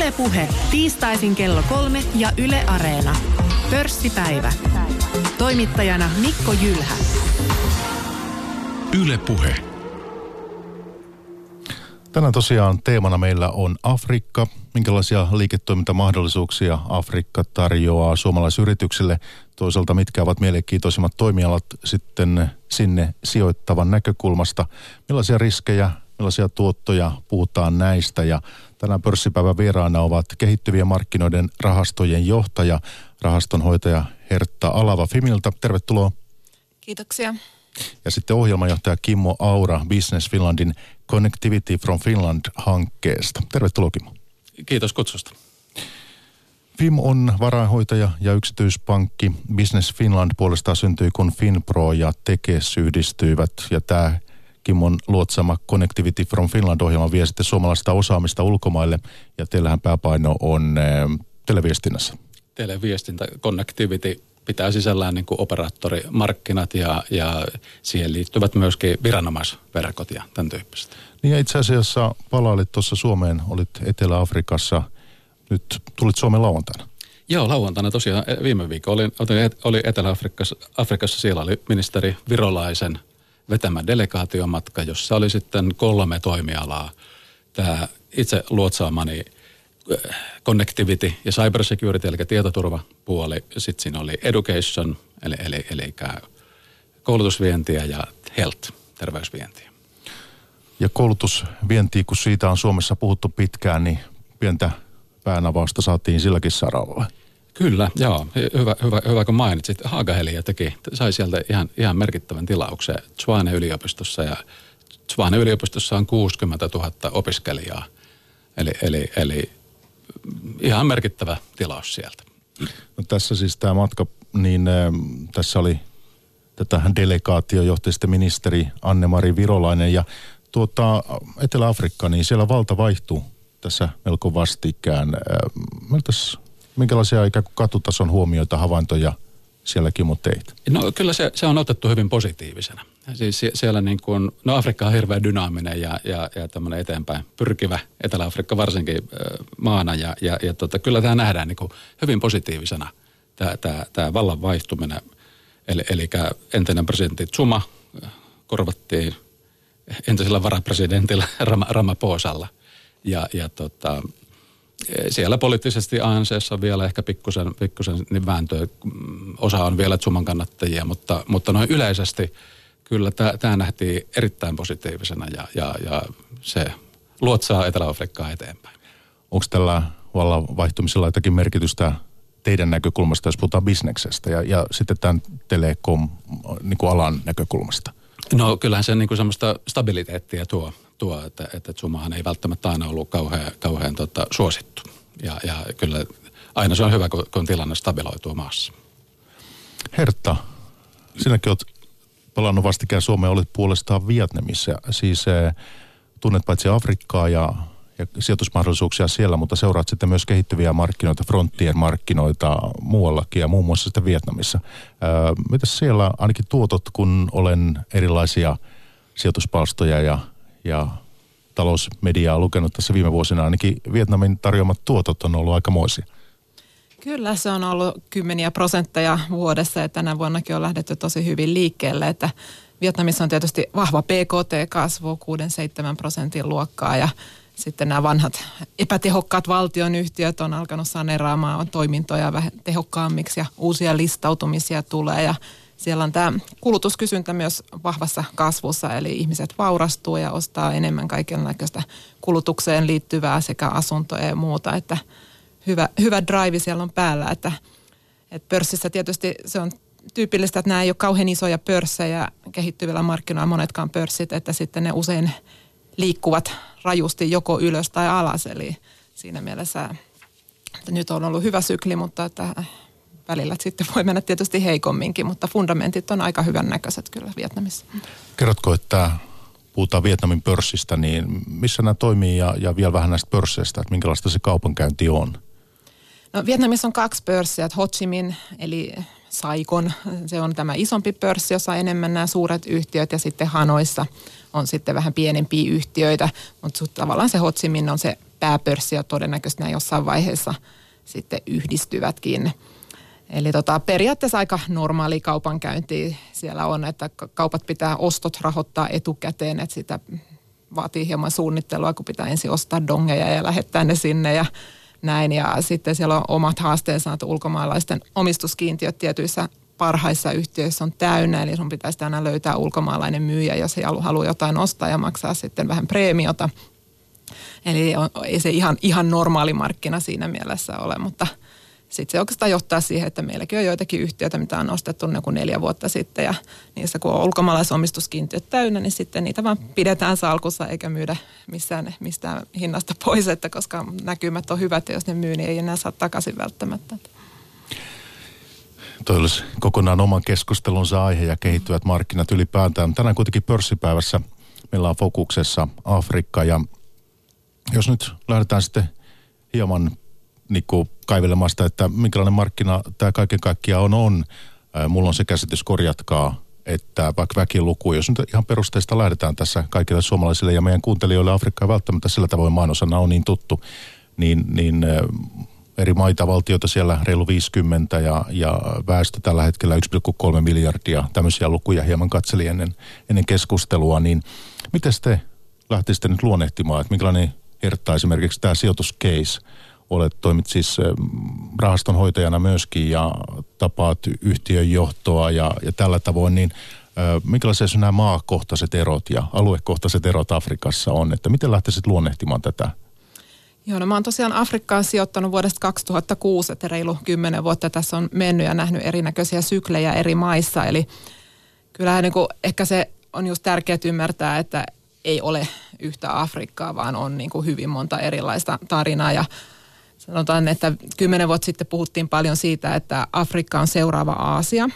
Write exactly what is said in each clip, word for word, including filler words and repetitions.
Yle Puhe, tiistaisin kello kolme ja Yle Areena. Pörssipäivä. Toimittajana Mikko Jylhä. Yle Puhe. Tänään tosiaan teemana meillä on Afrikka. Minkälaisia liiketoimintamahdollisuuksia Afrikka tarjoaa suomalaisyrityksille? Toisaalta mitkä ovat mielenkiintoisimmat toimialat sitten sinne sijoittavan näkökulmasta? Millaisia riskejä, millaisia tuottoja puhutaan näistä? Ja tänään pörssipäivän vieraana ovat kehittyvien markkinoiden rahastojen johtaja, rahastonhoitaja Hertta Alava Fimilta. Tervetuloa. Kiitoksia. Ja sitten ohjelmajohtaja Kimmo Aura Business Finlandin Connectivity from Finland-hankkeesta. Tervetuloa, Kimmo. Kiitos kutsusta. Fim on varainhoitaja ja yksityispankki. Business Finland puolestaan syntyi, kun Finpro ja Tekes yhdistyivät. Ja tämä Kimmon luotsama Connectivity from Finland-ohjelma vie sitten suomalaista osaamista ulkomaille. Ja teillähän pääpaino on äh, televiestinnässä. Televiestintä, Connectivity pitää sisällään niin kuin operaattorimarkkinat ja, ja siihen liittyvät myöskin viranomaisverkot ja tämän tyyppistä. Niin ja itse asiassa palailit tuossa Suomeen, olit Etelä-Afrikassa, nyt tulit Suomen lauantaina. Joo, lauantaina tosiaan viime viikolla olin, oli Etelä-Afrikassa, Afrikassa, siellä oli ministeri Virolaisen vetämä delegaatiomatka, jossa oli sitten kolme toimialaa. Tämä itse luotsaamani Connectivity ja Cybersecurity, eli tietoturvapuoli. Sitten siinä oli Education, eli, eli, eli koulutusvientiä ja Health, terveysvientiä. Ja koulutusvientiä, kun siitä on Suomessa puhuttu pitkään, niin pientä päänavausta saatiin silläkin saralla. Kyllä, joo. Hyvä, hyvä, hyvä kun mainitsit. Haaga-Helia teki, sai sieltä ihan, ihan merkittävän tilauksen Tshwane yliopistossa, ja Tshwane yliopistossa on kuusikymmentätuhatta opiskelijaa. Eli, eli, eli ihan merkittävä tilaus sieltä. No tässä siis tämä matka, niin äh, tässä oli tätä delegaatio johti sitten ministeri Anne-Mari Virolainen ja tuota Etelä-Afrikka, niin siellä valta vaihtuu tässä melko vastikään. Äh, minkälaisia ikään kuin katutason huomioita, havaintoja sielläkin mut teit? No kyllä se, se on otettu hyvin positiivisena. Siis siellä niin kuin, no Afrikka on hirveän dynaaminen ja, ja, ja tämmöinen eteenpäin pyrkivä, Etelä-Afrikka varsinkin äh, maana ja, ja, ja tota, kyllä tämä nähdään niin kuin hyvin positiivisena, tämä, tämä, tämä vallan vaihtuminen. Eli, eli entinen presidentti Zuma korvattiin entisellä varapresidentillä Ramaphosalla ja, ja tota, siellä poliittisesti A N C:ssä on vielä ehkä pikkusen, pikkusen niin vääntöä, osa on vielä Zuman kannattajia, mutta, mutta noin yleisesti kyllä tämä nähtiin erittäin positiivisena ja, ja, ja se luotsaa Etelä-Afrikkaa eteenpäin. Onko tällä vallan vaihtumisella jotakin merkitystä teidän näkökulmasta, jos puhutaan bisneksestä ja, ja sitten tämän telekom-alan näkökulmasta? No kyllähän se niin kuin semmoista stabiliteettia tuo, tuo että, että Zumahan ei välttämättä aina ollut kauhean, kauhean tota, suosittu. Ja, ja kyllä aina se on hyvä, kun, kun tilanne stabiloituu maassa. Hertta, sinäkin olet palannut vastikään Suomeen, olet puolestaan Vietnamissa. Siis eh, tunnet paitsi Afrikkaa ja, ja sijoitusmahdollisuuksia siellä, mutta seuraat sitten myös kehittyviä markkinoita, fronttien markkinoita muuallakin ja muun muassa sitten Vietnamissa. Eh, mitäs siellä ainakin tuotot, kun olen erilaisia sijoituspalstoja ja, ja talousmediaa lukenut tässä viime vuosina, ainakin Vietnamin tarjoamat tuotot on ollut aikamoisia. Kyllä, se on ollut kymmeniä prosentteja vuodessa ja tänä vuonnakin on lähdetty tosi hyvin liikkeelle, että Vietnamissa on tietysti vahva P K T-kasvu, kuusi seitsemän prosentin luokkaa ja sitten nämä vanhat epätehokkaat valtionyhtiöt on alkanut saneeraamaan toimintoja vähän tehokkaammiksi ja uusia listautumisia tulee ja siellä on tämä kulutuskysyntä myös vahvassa kasvussa, eli ihmiset vaurastuu ja ostaa enemmän kaikenlaista kulutukseen liittyvää sekä asuntoja ja muuta, että hyvä, hyvä drive siellä on päällä, että, että pörssissä tietysti se on tyypillistä, että nämä ei ole kauhean isoja pörssejä kehittyvillä markkinoilla monetkaan pörssit, että sitten ne usein liikkuvat rajusti joko ylös tai alas, eli siinä mielessä että nyt on ollut hyvä sykli, mutta että välillä sitten voi mennä tietysti heikomminkin, mutta fundamentit on aika hyvän näköiset kyllä Vietnamissa. Kerrotko, että puhutaan Vietnamin pörssistä, niin missä nämä toimii ja, ja vielä vähän näistä pörsseistä, että minkälaista se kaupankäynti on? No Vietnamissa on kaksi pörssiä, Ho Chi Minh eli Saigon, se on tämä isompi pörssi, jossa on enemmän nämä suuret yhtiöt ja sitten Hanoissa on sitten vähän pienempiä yhtiöitä, mutta tavallaan se Ho Chi Minh on se pääpörssi ja todennäköisesti nämä jossain vaiheessa sitten yhdistyvätkin. Eli tota, periaatteessa aika normaali kaupankäynti siellä on, että kaupat pitää ostot rahoittaa etukäteen, että sitä vaatii hieman suunnittelua, kun pitää ensin ostaa dongeja ja lähettää ne sinne ja näin. Ja sitten siellä on omat haasteensa, että ulkomaalaisten omistuskiintiöt tietyissä parhaissa yhtiöissä on täynnä, eli sun pitäisi aina löytää ulkomaalainen myyjä, jos ei halua jotain ostaa ja maksaa sitten vähän preemiota. Eli on, ei se ihan, ihan normaali markkina siinä mielessä ole, mutta sitten se oikeastaan johtaa siihen, että meilläkin on joitakin yhtiöitä, mitä on ostettu joku neljä vuotta sitten ja niissä kun on ulkomaalaisomistuskiintiöt täynnä, niin sitten niitä vaan pidetään salkussa eikä myydä missään, mistään hinnasta pois, että koska näkymät on hyvät ja jos ne myy, niin ei enää saa takaisin välttämättä. Toi olisi kokonaan oman keskustelunsa aihe ja kehittyvät markkinat ylipäätään. Tänään kuitenkin pörssipäivässä meillä on fokuksessa Afrikka ja jos nyt lähdetään sitten hieman niin kuin kaivelemaan sitä, että minkälainen markkina tämä kaiken kaikkiaan on, on. Mulla on se käsitys, korjatkaa, että vaikka väkiluku, jos nyt ihan perusteista lähdetään tässä kaikille suomalaisille ja meidän kuuntelijoille, Afrikka ei välttämättä sillä tavoin mainosana on niin tuttu, niin, niin eri maita, valtioita siellä reilu viisikymmentä ja, ja väestö tällä hetkellä yksi pilkku kolme miljardia, tämmöisiä lukuja hieman katseli ennen, ennen keskustelua, niin miten te lähtisitte nyt luonnehtimaan, että minkälainen Hertta esimerkiksi tämä sijoituscase, olet toimit siis rahastonhoitajana myöskin ja tapaat yhtiön johtoa ja, ja tällä tavoin, niin äh, minkälaisia nämä maakohtaiset erot ja aluekohtaiset erot Afrikassa on, että miten lähtisit luonnehtimaan tätä? Joo, no mä oon tosiaan Afrikkaan sijoittanut vuodesta kaksituhattakuusi, että reilu kymmenen vuotta tässä on mennyt ja nähnyt erinäköisiä syklejä eri maissa, eli kyllähän niin kuin, ehkä se on just tärkeää ymmärtää, että ei ole yhtä Afrikkaa, vaan on niin kuin hyvin monta erilaista tarinaa ja sanotaan, että kymmenen vuotta sitten puhuttiin paljon siitä, että Afrikka on seuraava Aasia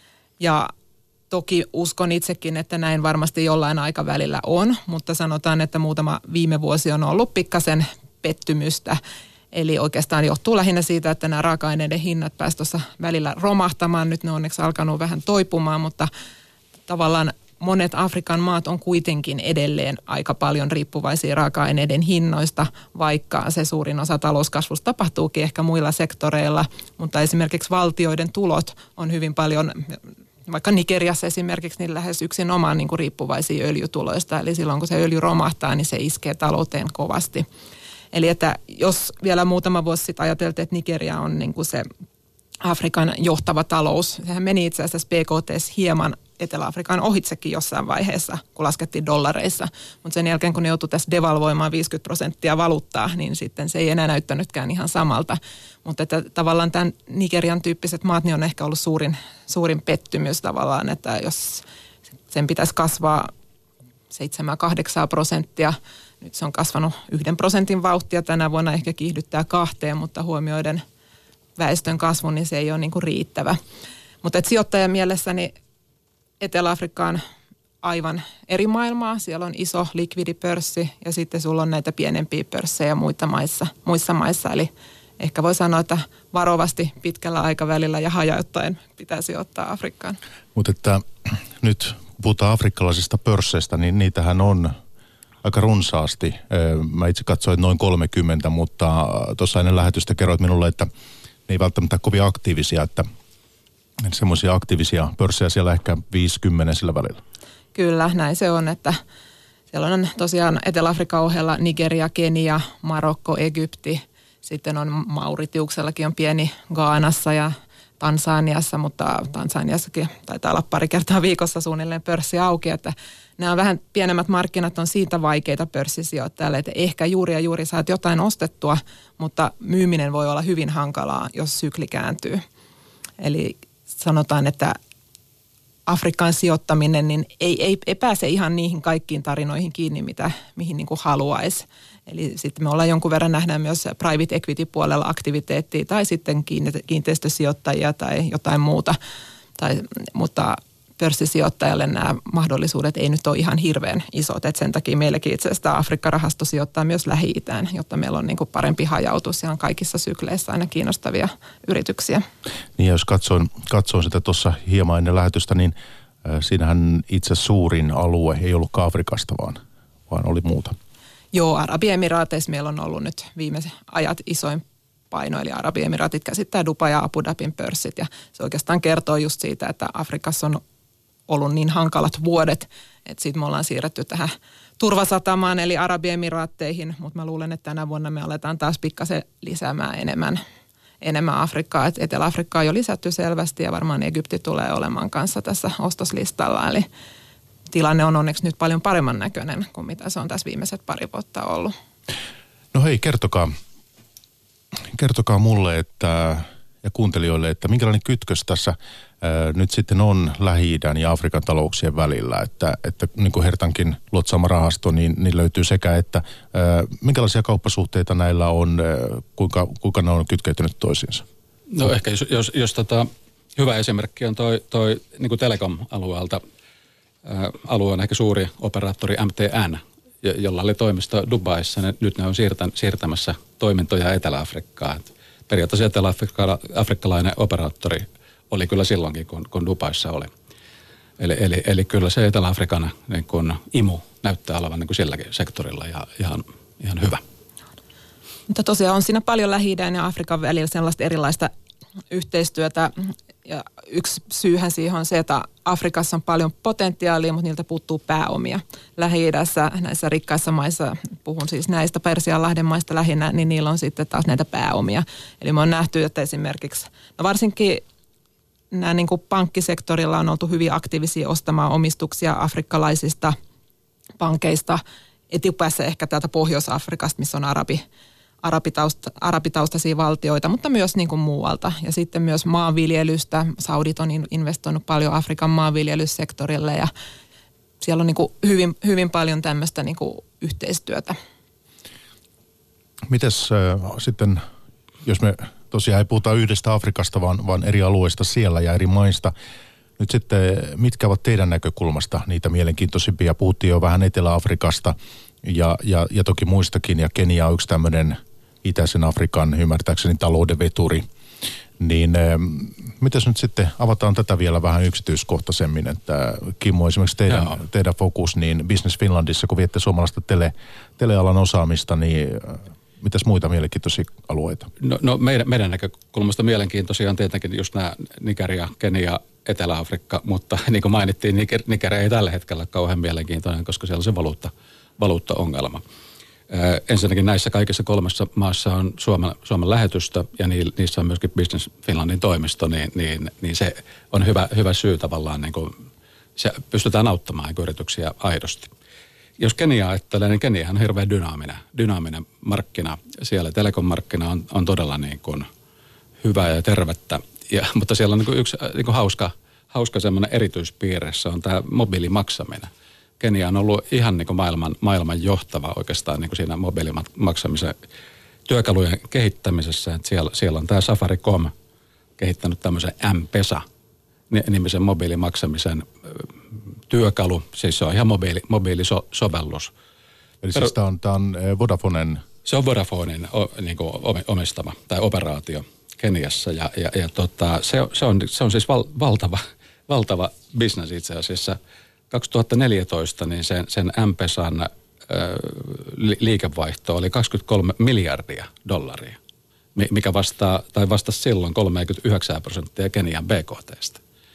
ja toki uskon itsekin, että näin varmasti jollain aikavälillä on, mutta sanotaan, että muutama viime vuosi on ollut pikkasen pettymystä. Eli oikeastaan johtuu lähinnä siitä, että nämä raaka-aineiden hinnat pääsivät tuossa välillä romahtamaan. Nyt ne on onneksi alkanut vähän toipumaan, mutta tavallaan monet Afrikan maat on kuitenkin edelleen aika paljon riippuvaisia raaka-aineiden hinnoista, vaikka se suurin osa talouskasvusta tapahtuukin ehkä muilla sektoreilla, mutta esimerkiksi valtioiden tulot on hyvin paljon, vaikka Nigeriassa esimerkiksi, niin lähes yksin omaan niin kuin riippuvaisia öljytuloista, eli silloin kun se öljy romahtaa, niin se iskee talouteen kovasti. Eli että jos vielä muutama vuosi sitten ajateltiin, että Nigeria on niin kuin se Afrikan johtava talous, sehän meni itse asiassa B K T:ssä hieman Etelä-Afrikan ohitsekin jossain vaiheessa, kun laskettiin dollareissa. Mutta sen jälkeen, kun ne joutui tässä devalvoimaan viisikymmentä prosenttia valuuttaa, niin sitten se ei enää näyttänytkään ihan samalta. Mutta että tavallaan tämän Nigerian tyyppiset maat, niin on ehkä ollut suurin, suurin pettymys tavallaan, että jos sen pitäisi kasvaa seitsemän kahdeksan prosenttia, nyt se on kasvanut yhden prosentin vauhtia, tänä vuonna ehkä kiihdyttää kahteen, mutta huomioiden väestön kasvun, niin se ei ole niin kuin riittävä. Mutta että sijoittajan mielessäni Etelä-Afrikka on aivan eri maailmaa. Siellä on iso likvidipörssi ja sitten sulla on näitä pienempiä pörssejä muita maissa, muissa maissa. Eli ehkä voi sanoa, että varovasti pitkällä aikavälillä ja hajauttaen pitää sijoittaa Afrikkaan. Mutta että nyt kun puhutaan afrikkalaisista pörsseistä, niin niitähän on aika runsaasti. Mä itse katsoin noin kolmekymmentä, mutta tuossa ennen lähetystä kerroit minulle, että ne ei välttämättä kovin aktiivisia, että semmoisia aktiivisia pörssejä siellä ehkä viisikymmentä sillä välillä. Kyllä, näin se on, että siellä on tosiaan Etelä-Afrikan ohella Nigeria, Kenia, Marokko, Egypti. Sitten on Mauritiuksellakin on pieni Ghanassa ja Tansaniassa, mutta Tansaniassakin taitaa olla pari kertaa viikossa suunnilleen pörssi auki, että nämä vähän pienemmät markkinat on siitä vaikeita pörssisijoittajalle, että ehkä juuri ja juuri saat jotain ostettua, mutta myyminen voi olla hyvin hankalaa, jos sykli kääntyy. Eli sanotaan, että Afrikkaan sijoittaminen niin ei, ei, ei pääse ihan niihin kaikkiin tarinoihin kiinni, mitä, mihin niin kuin haluaisi. Eli sitten me ollaan jonkun verran nähdään myös private equity puolella aktiviteettia tai sitten kiinteistösijoittajia tai jotain muuta. Tai, mutta pörssisijoittajalle nämä mahdollisuudet ei nyt ole ihan hirveän isot. Et sen takia meilläkin itse asiassa Afrikka-rahasto sijoittaa myös Lähi-Itään, jotta meillä on niin kuin parempi hajautus ja on kaikissa sykleissä aina kiinnostavia yrityksiä. Niin jos katsoin, katsoin sitä tuossa hieman ennen lähetystä, niin äh, siinähän itse suurin alue ei ollutkaan Afrikasta, vaan, vaan oli muuta. Joo, Arabiemiraateissa meillä on ollut nyt viime ajat isoin paino, eli Arabiemiraatit käsittää Dubai ja Abu Dhabin pörssit, ja se oikeastaan kertoo just siitä, että Afrikassa on ollut niin hankalat vuodet, että sitten me ollaan siirretty tähän turvasatamaan, eli Arabiemiraatteihin, mutta mä luulen, että tänä vuonna me aletaan taas pikkasen lisäämään enemmän, enemmän Afrikkaa, että Etelä-Afrikkaa on jo lisätty selvästi, ja varmaan Egypti tulee olemaan kanssa tässä ostoslistalla, eli tilanne on onneksi nyt paljon paremman näköinen kuin mitä se on tässä viimeiset pari vuotta ollut. No hei, kertokaa, kertokaa mulle että, ja kuuntelijoille, että minkälainen kytkös tässä ää, nyt sitten on Lähi-idän ja Afrikan talouksien välillä. Että, että niin kuin Hertankin luotsaama rahasto, niin, niin löytyy sekä, että ää, minkälaisia kauppasuhteita näillä on, ää, kuinka, kuinka ne on kytkeytynyt toisiinsa? No ehkä jos, jos, jos tota, hyvä esimerkki on toi, toi niin kuin Telekom-alueelta. Ää, alue on ehkä suuri operaattori M T N, jolla oli toimisto Dubaissa. Ne, nyt ne on siirtän, siirtämässä toimintoja Etelä-Afrikkaan. Periaatteessa etelä-afrikkalainen operaattori oli kyllä silloinkin, kun, kun Dubaissa oli. Eli, eli, eli kyllä se Etelä-Afrikan niin kun imu näyttää olevan niin kun silläkin sektorilla ja ihan, ihan hyvä. Mutta tosiaan on siinä paljon Lähi-idän ja Afrikan välillä sellaista erilaista yhteistyötä. Ja yksi syyhän siihen on se, että Afrikassa on paljon potentiaalia, mutta niiltä puuttuu pääomia. Lähi-idässä, näissä rikkaissa maissa, puhun siis näistä Persianlahden maista lähinnä, niin niillä on sitten taas näitä pääomia. Eli me on nähty, että esimerkiksi, no varsinkin nämä niin kuin pankkisektorilla on oltu hyvin aktiivisia ostamaan omistuksia afrikkalaisista pankeista. Etupäässä ehkä täältä Pohjois-Afrikasta, missä on arabi Arabitausta, arabitaustaisia valtioita, mutta myös niin kuin muualta. Ja sitten myös maanviljelystä. Saudit on investoinut paljon Afrikan maanviljelyssektorille ja siellä on niin kuin hyvin, hyvin paljon tämmöistä niin kuin yhteistyötä. Mites äh, sitten, jos me tosiaan ei puhuta yhdestä Afrikasta, vaan, vaan eri alueista siellä ja eri maista. Nyt sitten, mitkä ovat teidän näkökulmasta niitä mielenkiintoisimpia? Puhuttiin jo vähän Etelä-Afrikasta ja, ja, ja toki muistakin. Ja Kenia on yksi tämmöinen itäisen Afrikan, ymmärtääkseni, talouden veturi. Niin äh, mitäs nyt sitten avataan tätä vielä vähän yksityiskohtaisemmin, että Kimmo, esimerkiksi teidän, teidän fokus, niin Business Finlandissa, kun viette suomalaista tele, telealan osaamista, niin äh, mitäs muita mielenkiintoisia alueita? No, no meidän, meidän näkökulmasta mielenkiintoisia on tietenkin just nämä Nigeria, Kenia, Etelä-Afrikka, mutta niin kuin mainittiin, Nigeria ei tällä hetkellä kauhean mielenkiintoinen, koska siellä on se valuutta, valuutta-ongelma. Ö, ensinnäkin näissä kaikissa kolmessa maassa on Suomen, Suomen lähetystö ja niissä on myöskin Business Finlandin toimisto, niin, niin, niin se on hyvä, hyvä syy tavallaan, niin kuin se pystytään auttamaan yrityksiä aidosti. Jos Kenia ajattelee, niin Keniahan on hirveän dynaaminen, dynaaminen markkina. Siellä telekom-markkina on, on todella niin kuin hyvää ja tervettä, ja, mutta siellä on niin kuin yksi niin kuin hauska, hauska semmoinen erityispiirre, se on tämä mobiilimaksaminen. Kenia on ollut ihan niin kuin maailman, maailman johtava oikeastaan niin kuin siinä mobiilimaksamisen työkalujen kehittämisessä. Että siellä, siellä on tämä Safaricom kehittänyt tämmöisen M-Pesa-nimisen mobiilimaksamisen työkalu. Siis se on ihan mobiili, mobiilisovellus. Eli siis tämä on, tämä on Vodafonen? Se on Vodafonen niin kuin omistama tai operaatio Keniassa. Ja, ja, ja tota, se, se, on, se on siis val, valtava, valtava business itse asiassa. kaksituhattaneljätoista niin sen, sen M-Pesan ö, liikevaihto oli kaksikymmentäkolme miljardia dollaria, mikä vastaa, tai vastasi silloin kolmekymmentäyhdeksän prosenttia Kenian B K T:stä.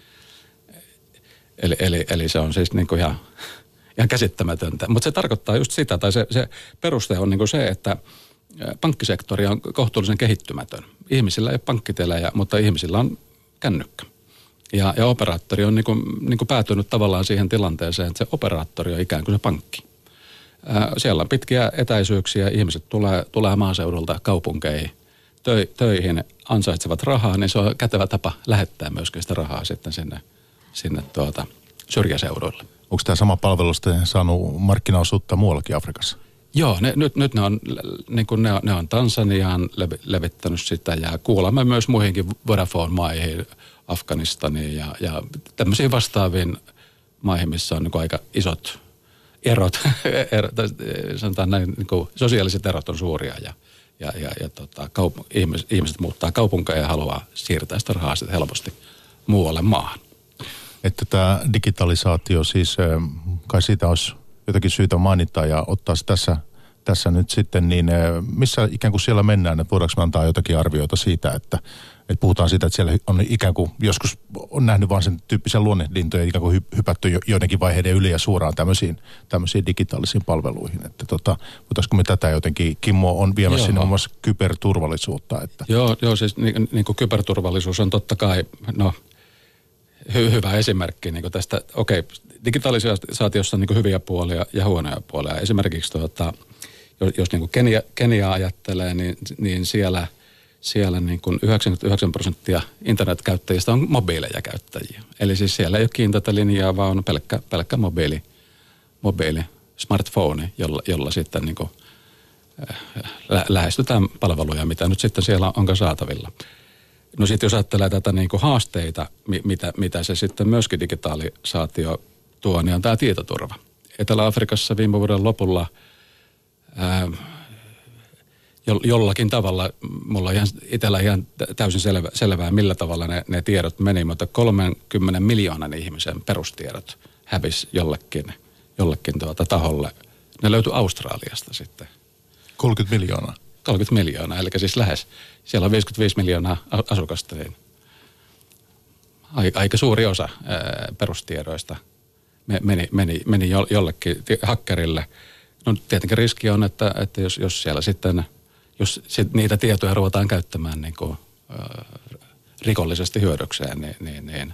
Eli, eli, eli se on siis niin kuin ihan, ihan käsittämätöntä. Mutta se tarkoittaa just sitä, tai se, se peruste on niin kuin se, että pankkisektori on kohtuullisen kehittymätön. Ihmisillä ei ole pankkitilejä, mutta ihmisillä on kännykkä. Ja, ja operaattori on niin kuin, niin kuin päätynyt tavallaan siihen tilanteeseen, että se operaattori on ikään kuin se pankki. Ää, siellä on pitkiä etäisyyksiä, ihmiset tulee, tulee maaseudulta kaupunkeihin tö, töihin, ansaitsevat rahaa, niin se on kätevä tapa lähettää myöskin sitä rahaa sitten sinne, sinne tuota, syrjäseuduille. Onko tämä sama palvelu sitten saanut markkinaosuutta muuallakin Afrikassa? Joo, ne, nyt, nyt ne, on, niin kuin ne, on, ne on Tansaniaan levittänyt sitä ja kuulemme myös muihinkin Vodafone-maihin, Afganistaniin ja, ja tämmöisiin vastaaviin maihin, missä on niin kuin aika isot erot, erot sanotaan näin, niin kuin sosiaaliset erot on suuria ja, ja, ja, ja tota, kaup- ihmiset, ihmiset muuttaa kaupunkeja ja haluaa siirtää sitä rahaa sitten helposti muualle maahan. Että tämä digitalisaatio siis, kai siitä olisi jotakin syytä mainita ja ottaa se tässä, tässä nyt sitten, niin missä ikään kuin siellä mennään, että voidaanko me antaa jotakin arvioita siitä, että, että puhutaan siitä, että siellä on ikään kuin joskus on nähnyt vaan sen tyyppisen luonnehdintoja, ikään kuin hypätty jo, joidenkin vaiheiden yli ja suoraan tämmöisiin, tämmöisiin digitaalisiin palveluihin, että tota, voitaisiko me tätä jotenkin, Kimmo on viemässä sinne muun muassa kyberturvallisuutta. Että. Joo, joo, siis niin, niin kuin kyberturvallisuus on totta kai, no hy, hyvä esimerkki niin kuin tästä, okei, okay, digitalisaatiossa on niin kuin hyviä puolia ja huonoja puolia. Esimerkiksi tuota, jos, jos niin kuin Kenia, Keniaa ajattelee, niin, niin siellä, siellä niin kuin yhdeksänkymmentäyhdeksän prosenttia internetkäyttäjistä on mobiileja käyttäjiä. Eli siis siellä ei ole kiinteätä linjaa, vaan on pelkkä, pelkkä mobiili, mobiili, smartphone, jolla, jolla sitten niin kuin, lä- lähestytään palveluja, mitä nyt sitten siellä onko saatavilla. No sitten jos ajattelee tätä niin kuin haasteita, mitä, mitä se sitten myöskin digitalisaatio tuo, niin on tämä tietoturva. Etelä-Afrikassa viime vuoden lopulla ää, jollakin tavalla, mulla on ihan itsellä ihan täysin selvä, selvää, millä tavalla ne, ne tiedot meni, mutta kolmenkymmenen miljoonan ihmisen perustiedot hävisi jollekin, jollekin tuota taholle. Ne löytyi Australiasta sitten. kolmekymmentä miljoonaa? kolmekymmentä miljoonaa, eli siis lähes. Siellä on viisikymmentäviisi miljoonaa asukasta, niin aika suuri osa ää, perustiedoista meni, meni, meni jollekin hakkerille. No tietenkin riski on, että, että jos, jos siellä sitten, jos sit niitä tietoja ruvetaan käyttämään niin kuin, ää, rikollisesti hyödykseen, niin, niin, niin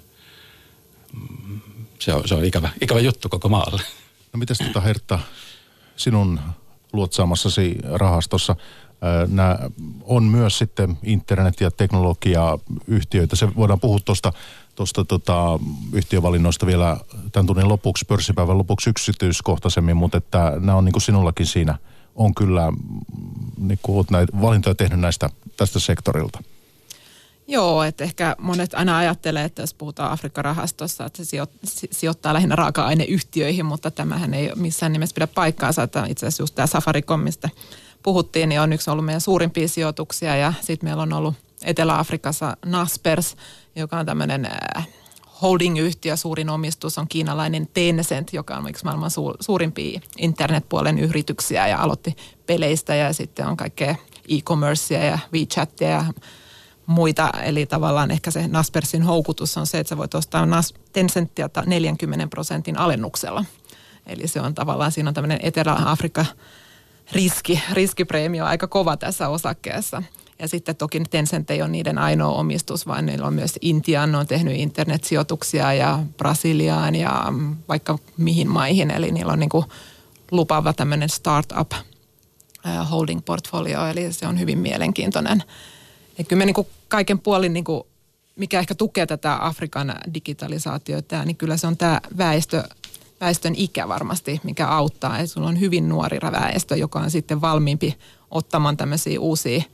se on, se on ikävä, ikävä juttu koko maalle. No mitäs tuota Hertta, sinun luotsaamassasi rahastossa, nämä on myös sitten internet- ja teknologiayhtiöitä. Se voidaan puhua tuosta tuosta tota, yhtiövalinnoista vielä tämän tunnin lopuksi, pörssipäivän lopuksi yksityiskohtaisemmin, mutta että nämä on niin kuin sinullakin siinä, on kyllä, niin kuin olet näitä valintoja tehnyt näistä, tästä sektorilta. Joo, että ehkä monet aina ajattelee, että jos puhutaan Afrikka-rahastossa, että se sijoittaa lähinnä raaka-aineyhtiöihin, mutta tämähän ei missään nimessä pidä paikkaansa, että itse asiassa just tämä Safaricom, mistä puhuttiin, niin on yksi ollut meidän suurimpia sijoituksia ja sitten meillä on ollut Etelä-Afrikassa Naspers, joka on tämmöinen holding-yhtiö, suurin omistus on kiinalainen Tencent, joka on yksi maailman suurimpia internetpuolen yrityksiä ja aloitti peleistä ja sitten on kaikkea e-commercea ja WeChatia ja muita. Eli tavallaan ehkä se Naspersin houkutus on se, että sä voit ostaa Tencenttia neljänkymmenen prosentin alennuksella. Eli se on tavallaan, siinä on tämmöinen Etelä-Afrikka riski, riskipreemio aika kova tässä osakkeessa. Ja sitten toki Tencent ei ole niiden ainoa omistus, vaan niillä on myös Intiaan, ne on tehnyt internetsijoituksia ja Brasiliaan ja vaikka mihin maihin. Eli niillä on niin kuin lupaava tämmöinen startup holding portfolio, eli se on hyvin mielenkiintoinen. Ja kyllä me niin kuin kaiken puolin, niin kuin, mikä ehkä tukee tätä Afrikan digitalisaatiota, niin kyllä se on tämä väestö, väestön ikä varmasti, mikä auttaa. Et sulla on hyvin nuori väestö, joka on sitten valmiimpi ottamaan tämmöisiä uusia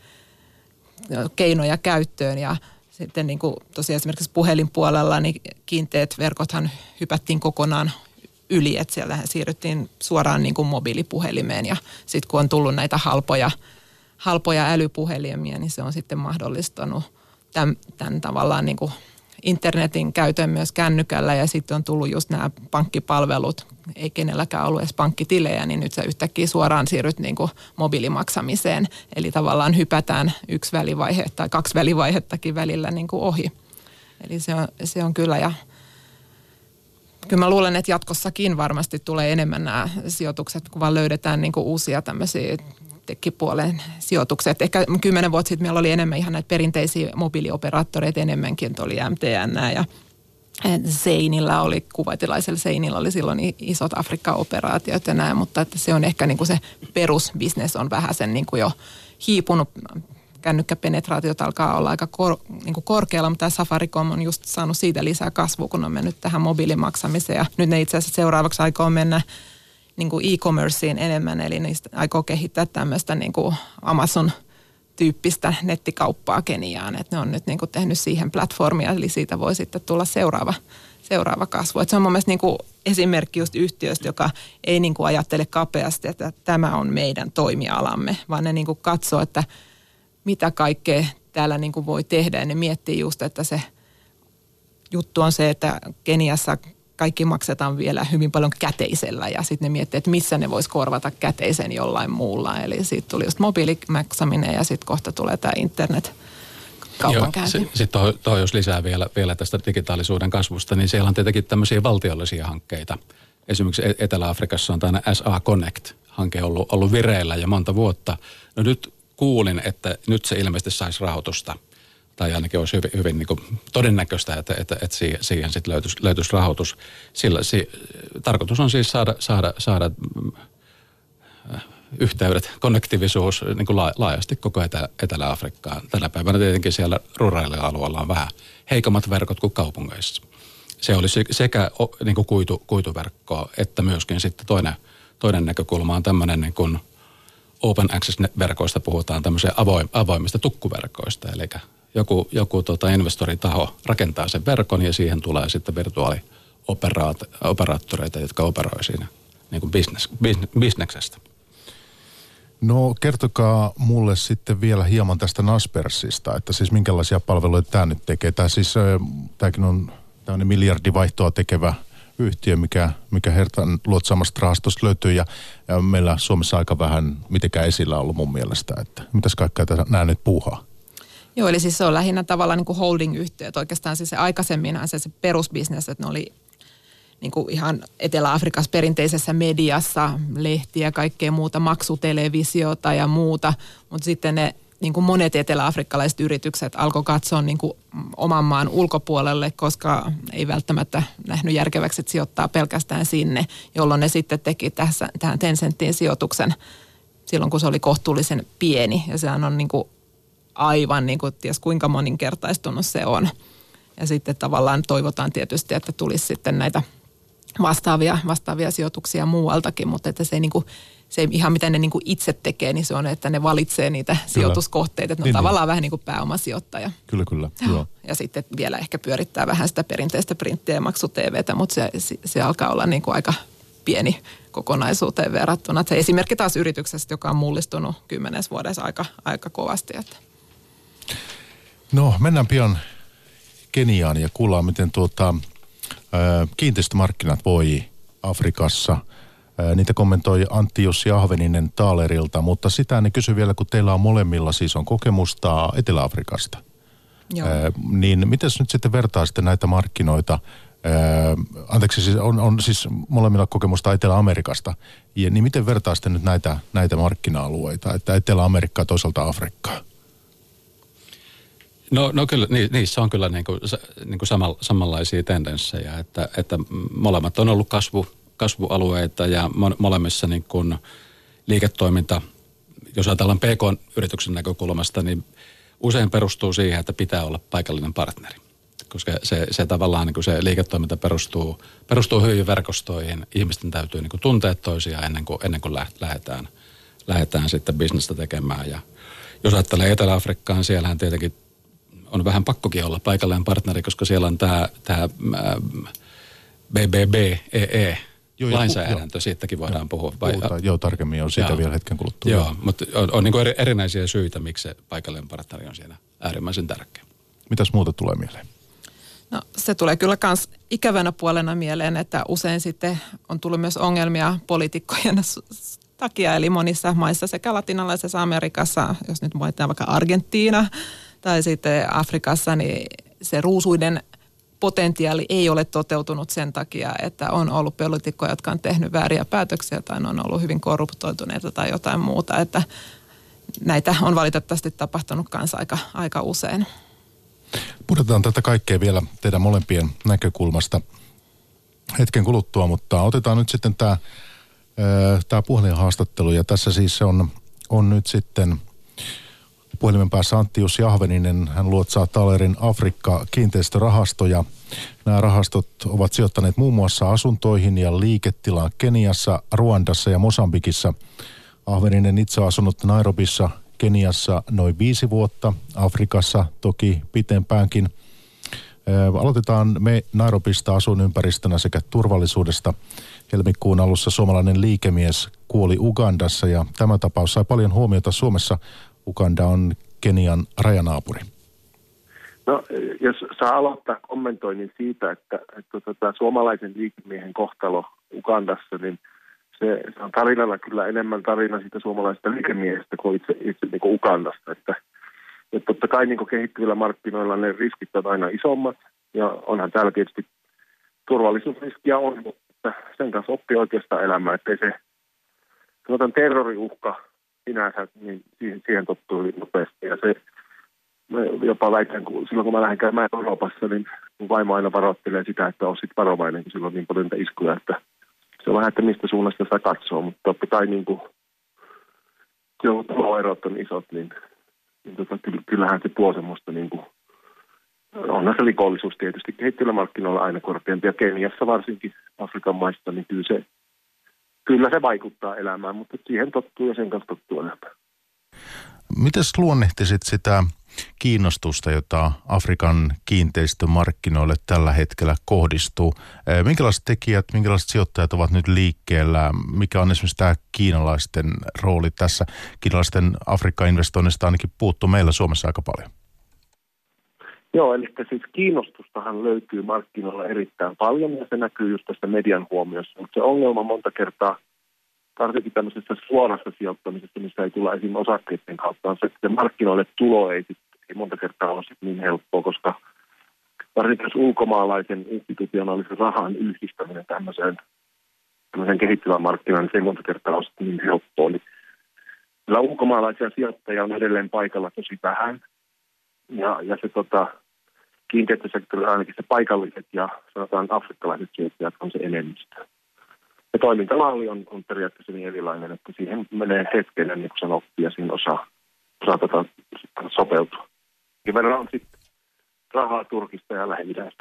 keinoja käyttöön ja sitten niin kuin tosiaan esimerkiksi puhelinpuolella niin kiinteät verkothan hypättiin kokonaan yli, että siellä siirryttiin suoraan niin kuin mobiilipuhelimeen ja sitten kun on tullut näitä halpoja, halpoja älypuhelimia, niin se on sitten mahdollistanut tämän, tämän tavallaan niin kuin internetin käytön myös kännykällä ja sitten on tullut just nämä pankkipalvelut, ei kenelläkään ollut edes pankkitilejä, niin nyt sä yhtäkkiä suoraan siirryt niin kuin mobiilimaksamiseen. Eli tavallaan hypätään yksi välivaihe tai kaksi välivaihettakin välillä niin kuin ohi. Eli se on, se on kyllä ja kyllä mä luulen, että jatkossakin varmasti tulee enemmän nämä sijoitukset, kun vaan löydetään niin kuin uusia tämmöisiä tekkipuolen sijoitukset. Ehkä kymmenen vuotta sitten meillä oli enemmän ihan näitä perinteisiä mobiilioperaattoreita enemmänkin, että oli M T N ja Seinillä oli, kuvaitilaisella Seinillä oli silloin isot Afrikka-operaatiot ja näin, mutta että se on ehkä niin kuin se perusbisnes on vähän sen niin kuin jo hiipunut. Kännykkäpenetraatiot alkaa olla aika kor, niin kuin korkealla, mutta tämä Safaricom on just saanut siitä lisää kasvua, kun on mennyt tähän mobiilimaksamiseen ja nyt ne itse asiassa seuraavaksi aikoo mennä niin kuin e-commerceen enemmän, eli niistä aikoo kehittää tämmöistä niin kuin Amazon-tyyppistä nettikauppaa Keniaan, että ne on nyt niin kuin tehnyt siihen platformia, eli siitä voi sitten tulla seuraava, seuraava kasvu. Että se on mun mielestä niin kuin esimerkki just yhtiöstä, joka ei niin kuin ajattele kapeasti, että tämä on meidän toimialamme, vaan ne niin kuin katsoo, että mitä kaikkea täällä niin kuin voi tehdä, ja ne miettii just, että se juttu on se, että Keniassa kaikki maksetaan vielä hyvin paljon käteisellä ja sitten ne miettii, että missä ne vois korvata käteisen jollain muulla. Eli siitä tuli just mobiilimaksaminen ja sitten kohta tulee tämä internet. Sitten tuohon, tuohon jos lisää vielä, vielä tästä digitaalisuuden kasvusta, niin siellä on tietenkin tämmöisiä valtiollisia hankkeita. Esimerkiksi Etelä-Afrikassa on tämä S A Connect-hanke ollut, ollut vireillä jo monta vuotta. No nyt kuulin, että nyt se ilmeisesti saisi rahoitusta. Tai ainakin olisi hyvin, hyvin niin kuin todennäköistä, että, että, että siihen, siihen sitten löytyisi, löytyisi rahoitus. Sillä si, tarkoitus on siis saada, saada, saada äh, yhteydet, konnektiivisuus niin kuin laajasti koko Etä, Etelä-Afrikkaan. Tänä päivänä tietenkin siellä ruraalilla alueella on vähän heikommat verkot kuin kaupungeissa. Se olisi sekä niin kuin kuitu, kuituverkkoa että myöskin sitten toinen, toinen näkökulma on tämmöinen niin kuin open access-verkoista puhutaan tämmöisiä avoim, avoimista tukkuverkoista. Eli joku, joku tota investoritaho rakentaa sen verkon ja siihen tulee sitten virtuaalioperaattoreita, jotka operoi siinä niin kuin business, bisneksestä. No kertokaa mulle sitten vielä hieman tästä Naspersista, että siis minkälaisia palveluita tämä nyt tekee. Tämä siis, tämäkin on tämmöinen miljardivaihtoa tekevä yhtiö, mikä, mikä Hertan luotsaamasta rahastosta löytyy ja, ja meillä Suomessa aika vähän mitenkään esillä ollut mun mielestä, että mitäs kaikkea nämä nyt puuhaa? Joo, eli siis se on lähinnä tavallaan niin kuin holding-yhtiö, että oikeastaan siis se aikaisemminhan se, se perusbisnes, että ne oli niin kuin ihan Etelä-Afrikassa perinteisessä mediassa, lehtiä ja kaikkea muuta, maksutelevisiota ja muuta, mutta sitten ne niin kuin monet etelä-afrikkalaiset yritykset alkoi katsoa niin kuin oman maan ulkopuolelle, koska ei välttämättä nähnyt järkeväksi sijoittaa pelkästään sinne, jolloin ne sitten teki tässä, tähän Tencenttiin sijoituksen silloin, kun se oli kohtuullisen pieni. Ja sehän on niin kuin aivan, niin kuin ties kuinka moninkertaistunut se on. Ja sitten tavallaan toivotaan tietysti, että tulisi sitten näitä vastaavia, vastaavia sijoituksia muualtakin, mutta että se ei niin kuin se ei ihan mitä ne niin kuin itse tekee, niin se on, että ne valitsee niitä kyllä. sijoituskohteita. Että ne on niin, tavallaan niin. vähän niin kuin pääomasijoittaja. Kyllä, kyllä. Joo. Ja sitten vielä ehkä pyörittää vähän sitä perinteistä printtiä ja maksu-tvtä, mutta se, se alkaa olla niin kuin aika pieni kokonaisuuteen verrattuna. Että se esimerkki taas yrityksestä, joka on mullistunut kymmenes vuodessa aika, aika kovasti. Että. No, mennään pian Keniaan ja kuullaan, miten tuota, ä, kiinteistömarkkinat voi Afrikassa. Niitä kommentoi Antti Jussi Ahveninen Taalerilta, mutta sitä ne kysy vielä, kun teillä on molemmilla siis on kokemusta Etelä-Afrikasta. Joo. Ää, niin miten nyt sitten vertaa sitten näitä markkinoita, ää, anteeksi siis on, on siis molemmilla kokemusta Etelä-Amerikasta, ja, niin miten vertaa sitten nyt näitä, näitä markkina-alueita, että Etelä-Amerikkaa toisaalta Afrikkaa? No, no kyllä, niissä on kyllä niin kuin, niin kuin samanlaisia tendenssejä, että, että molemmat on ollut kasvu, kasvualueita ja molemmissa niin kuin liiketoiminta, jos ajatellaan P K-yrityksen näkökulmasta, niin usein perustuu siihen, että pitää olla paikallinen partneri. Koska se, se tavallaan niin kuin se liiketoiminta perustuu, perustuu hyvin verkostoihin. Ihmisten täytyy niin kuin tuntea toisiaan ennen kuin, ennen kuin lähdetään, lähdetään sitten bisnestä tekemään. Ja jos ajattelee Etelä-Afrikkaan, siellähän tietenkin on vähän pakkokin olla paikallinen partneri, koska siellä on tämä, tämä B B B E E Joo, lainsäädäntö, jo, siitäkin voidaan joo, puhua. Vai, puhutaan, joo, tarkemmin on siitä joo, vielä hetken kuluttua. Joo, mutta on, on niin kuin erinäisiä syitä, miksi se paikallinen partneri on siinä äärimmäisen tärkeä. Mitäs muuta tulee mieleen? No se tulee kyllä myös ikävänä puolena mieleen, että usein sitten on tullut myös ongelmia poliitikkojen takia, eli monissa maissa sekä latinalaisessa Amerikassa, jos nyt mainitaan vaikka Argentiina tai sitten Afrikassa, niin se ruusuiden potentiaali ei ole toteutunut sen takia, että on ollut poliitikkoja, jotka on tehnyt vääriä päätöksiä tai on ollut hyvin korruptoituneita tai jotain muuta, että näitä on valitettavasti tapahtunut kanssa aika, aika usein. Puhutaan tätä kaikkea vielä teidän molempien näkökulmasta hetken kuluttua, mutta otetaan nyt sitten tämä, tämä puhelinhaastattelu ja tässä siis on, on nyt sitten puhelimen päässä Antti Jussi Ahveninen, hän luotsaa Taalerin Afrikka-kiinteistörahastoja. Nämä rahastot ovat sijoittaneet muun muassa asuntoihin ja liiketilaan Keniassa, Ruandassa ja Mosambikissa. Ahveninen itse on asunut Nairobissa, Keniassa noin viisi vuotta, Afrikassa toki pitempäänkin. Aloitetaan me Nairobista asuinympäristönä sekä turvallisuudesta. Helmikuun alussa suomalainen liikemies kuoli Ugandassa ja tämä tapaus sai paljon huomiota Suomessa. Uganda on Kenian rajanaapuri. No, jos saa aloittaa kommentoinnin siitä, että, että tota, suomalaisen liikemiehen kohtalo Ugandassa, niin se, se on tarinalla kyllä enemmän tarina siitä suomalaisesta liikemiehestä kuin itse, itse niin kuin Ugandasta. Että, että totta kai niin kuin kehittyvillä markkinoilla ne riskit on aina isommat, ja onhan täällä tietysti turvallisuusriskiä on, mutta sen kanssa oppii oikeastaan elämää, ettei se sanotaan terroriuhka sinänsä, niin siihen, siihen tottuu hyvin nopeasti. Ja se jopa väitän, kun silloin kun mä lähden käymään Euroopassa, niin mun vaimo aina varoittelee sitä, että on sitten varovainen, kun silloin on niin paljon niitä iskuja, että se on vähän, että mistä suunnasta sitä katsoo, mutta totta kai niin kuin silloin kun tuloerot on isot, niin, niin tota, kyllähän se tuo semmoista niin kuin, onhan se rikollisuus tietysti kehittyvillä markkinoilla aina korkeampi, ja Keniassa varsinkin Afrikan maista, niin kyllä se, kyllä se vaikuttaa elämään, mutta siihen tottuu ja sen kanssa tottuu elämään. Mites luonnehtisit sitä kiinnostusta, jota Afrikan kiinteistömarkkinoille tällä hetkellä kohdistuu? Minkälaiset tekijät, minkälaiset sijoittajat ovat nyt liikkeellä? Mikä on esimerkiksi tämä kiinalaisten rooli tässä? Kiinalaisten Afrikka-investoinnista ainakin puuttuu meillä Suomessa aika paljon. Joo, eli siis kiinnostustahan löytyy markkinoilla erittäin paljon ja se näkyy just tästä median huomiossa. Mutta se ongelma monta kertaa, varsinkin tämmöisessä suorassa sijoittamisessa, missä ei tulla esimerkiksi osakkeiden kautta, on se, että markkinoille tulo ei, sit, ei monta kertaa ole sit niin helppoa, koska varsinkin jos ulkomaalaisen institutionaalisen rahan yhdistäminen tämmöiseen, tämmöiseen kehittyvään markkinaan, niin se ei monta kertaa ole niin helppoa. Niin kyllä ulkomaalaisia sijoittajia on edelleen paikalla tosi vähän. Ja, ja se tota, kiinteistösektori, ainakin se paikalliset ja sanotaan afrikkalaiset sijoittajat on se enemmistö. Ja toimintamalli on, on periaatteessa niin erilainen, että siihen menee hetken, niin kuin sanottiin, ja siinä osaa, osaa tota, sopeutua. Ja verran on sitten rahaa Turkista ja Lähi-idästä.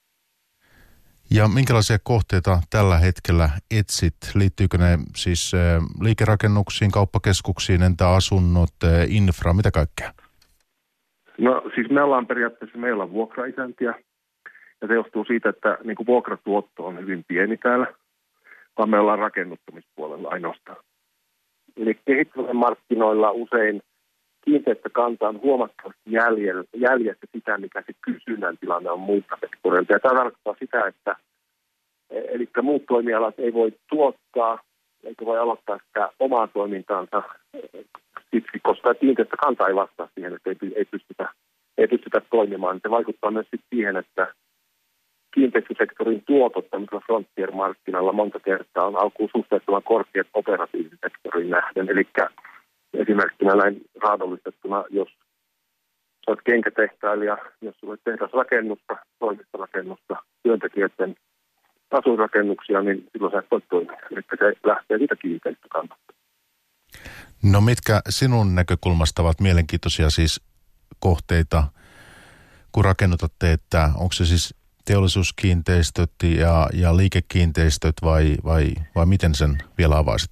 Ja minkälaisia kohteita tällä hetkellä etsit? Liittyykö ne siis liikerakennuksiin, kauppakeskuksiin, entä asunnot, infra, mitä kaikkea? No siis me ollaan periaatteessa, meillä on vuokraisäntiä, ja se johtuu siitä, että niin kuin vuokratuotto on hyvin pieni täällä, vaan me ollaan rakennuttamispuolella ainoastaan. Eli kehittyvillä markkinoilla usein kiinteistökanta on huomattavasti jäljessä sitä, mikä se kysynnän tilanne on muilta sektoreilta. Ja tämä tarkoittaa sitä, että eli muut toimialat ei voi tuottaa, eikä voi aloittaa sitä omaa toimintaansa siksi, koska kiinteistökanta ei vastaa siihen, että ei, ei, pystytä, ei pystytä toimimaan. Se vaikuttaa myös siihen, että kiinteistösektorin tuotot tämmöisellä frontier-markkinalla monta kertaa on alkuun suhteettoman korkeat operatiivisen sektorin nähden. Eli esimerkkinä näin raadollistettuna, jos olet kenkätehtailija, jos olet tehdasrakennusta, toimistorakennusta, työntekijöiden asuinrakennuksia, niin silloin sä et voi toimia. Eli se lähtee siitä kiinteistökannasta. No mitkä sinun näkökulmasta ovat mielenkiintoisia siis kohteita, kun rakennutatte, että onko se siis teollisuuskiinteistöt ja, ja liikekiinteistöt vai, vai, vai miten sen vielä avaisit?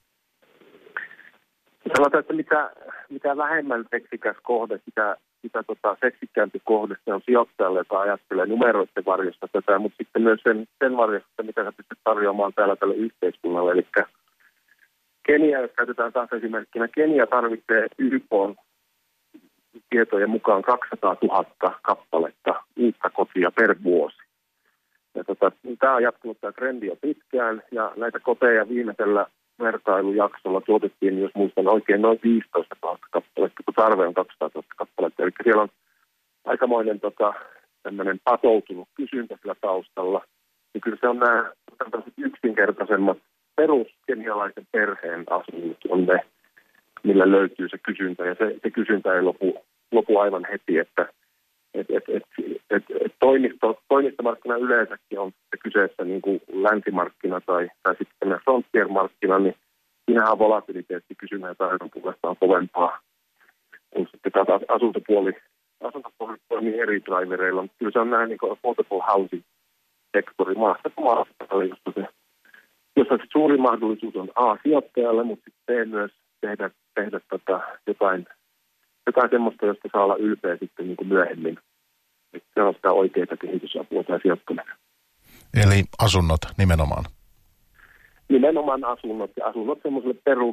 Sanotaan, että mitä, mitä vähemmän seksikäs kohde, sitä, sitä tota, seksikkäämpi kohde se on sijoittajalle, joka ajattelee numeroiden varjosta tätä, mutta sitten myös sen, sen varjosta, mitä sä pystyt tarjoamaan täällä tälle yhteiskunnalle. Eli Kenia, jos käytetään taas esimerkkinä, Kenia tarvitsee Y K:n tietojen mukaan kaksisataatuhatta kappaletta uutta kotia per vuosi. Ja tota, tämä on jatkunut tämä trendi jo pitkään, ja näitä koteja viimeisellä vertailujaksolla tuotettiin, jos muistan oikein, noin viisitoistatuhatta kappaletta, kun tarve on kaksisataatuhatta kappaletta. Eli siellä on aikamoinen tota, tämmöinen patoutunut kysyntä sillä taustalla. Ja kyllä se on nämä yksinkertaisemmat peruskenialaisen perheen asunnot on ne, millä löytyy se kysyntä. Ja se, se kysyntä ei lopu, lopu aivan heti, että et, et, et, et, et toimisto, toimistomarkkina yleensäkin on kyseessä niin kuin länsimarkkina tai, tai sitten frontier-markkina, niin siinähän volatiliteetti kysynnän ja tarjonnan puolesta on kovempaa. Kun sitten taas asuntopuoli, asuntopuoli toimii eri drivereilla, mutta kyllä se on näin niin kuin affordable housing-sektori maassa kuin maassa, josta se jossa se suuri mahdollisuus on A sijoittajalle, mutta sitten B myös tehdä, tehdä tota jotain, jotain semmoista, josta saa olla ylpeä sitten niin kuin myöhemmin. Että se on sitä oikeaa kehitysapua tai sijoittaminen. Eli asunnot nimenomaan? Nimenomaan asunnot ja asunnot semmoiselle perus,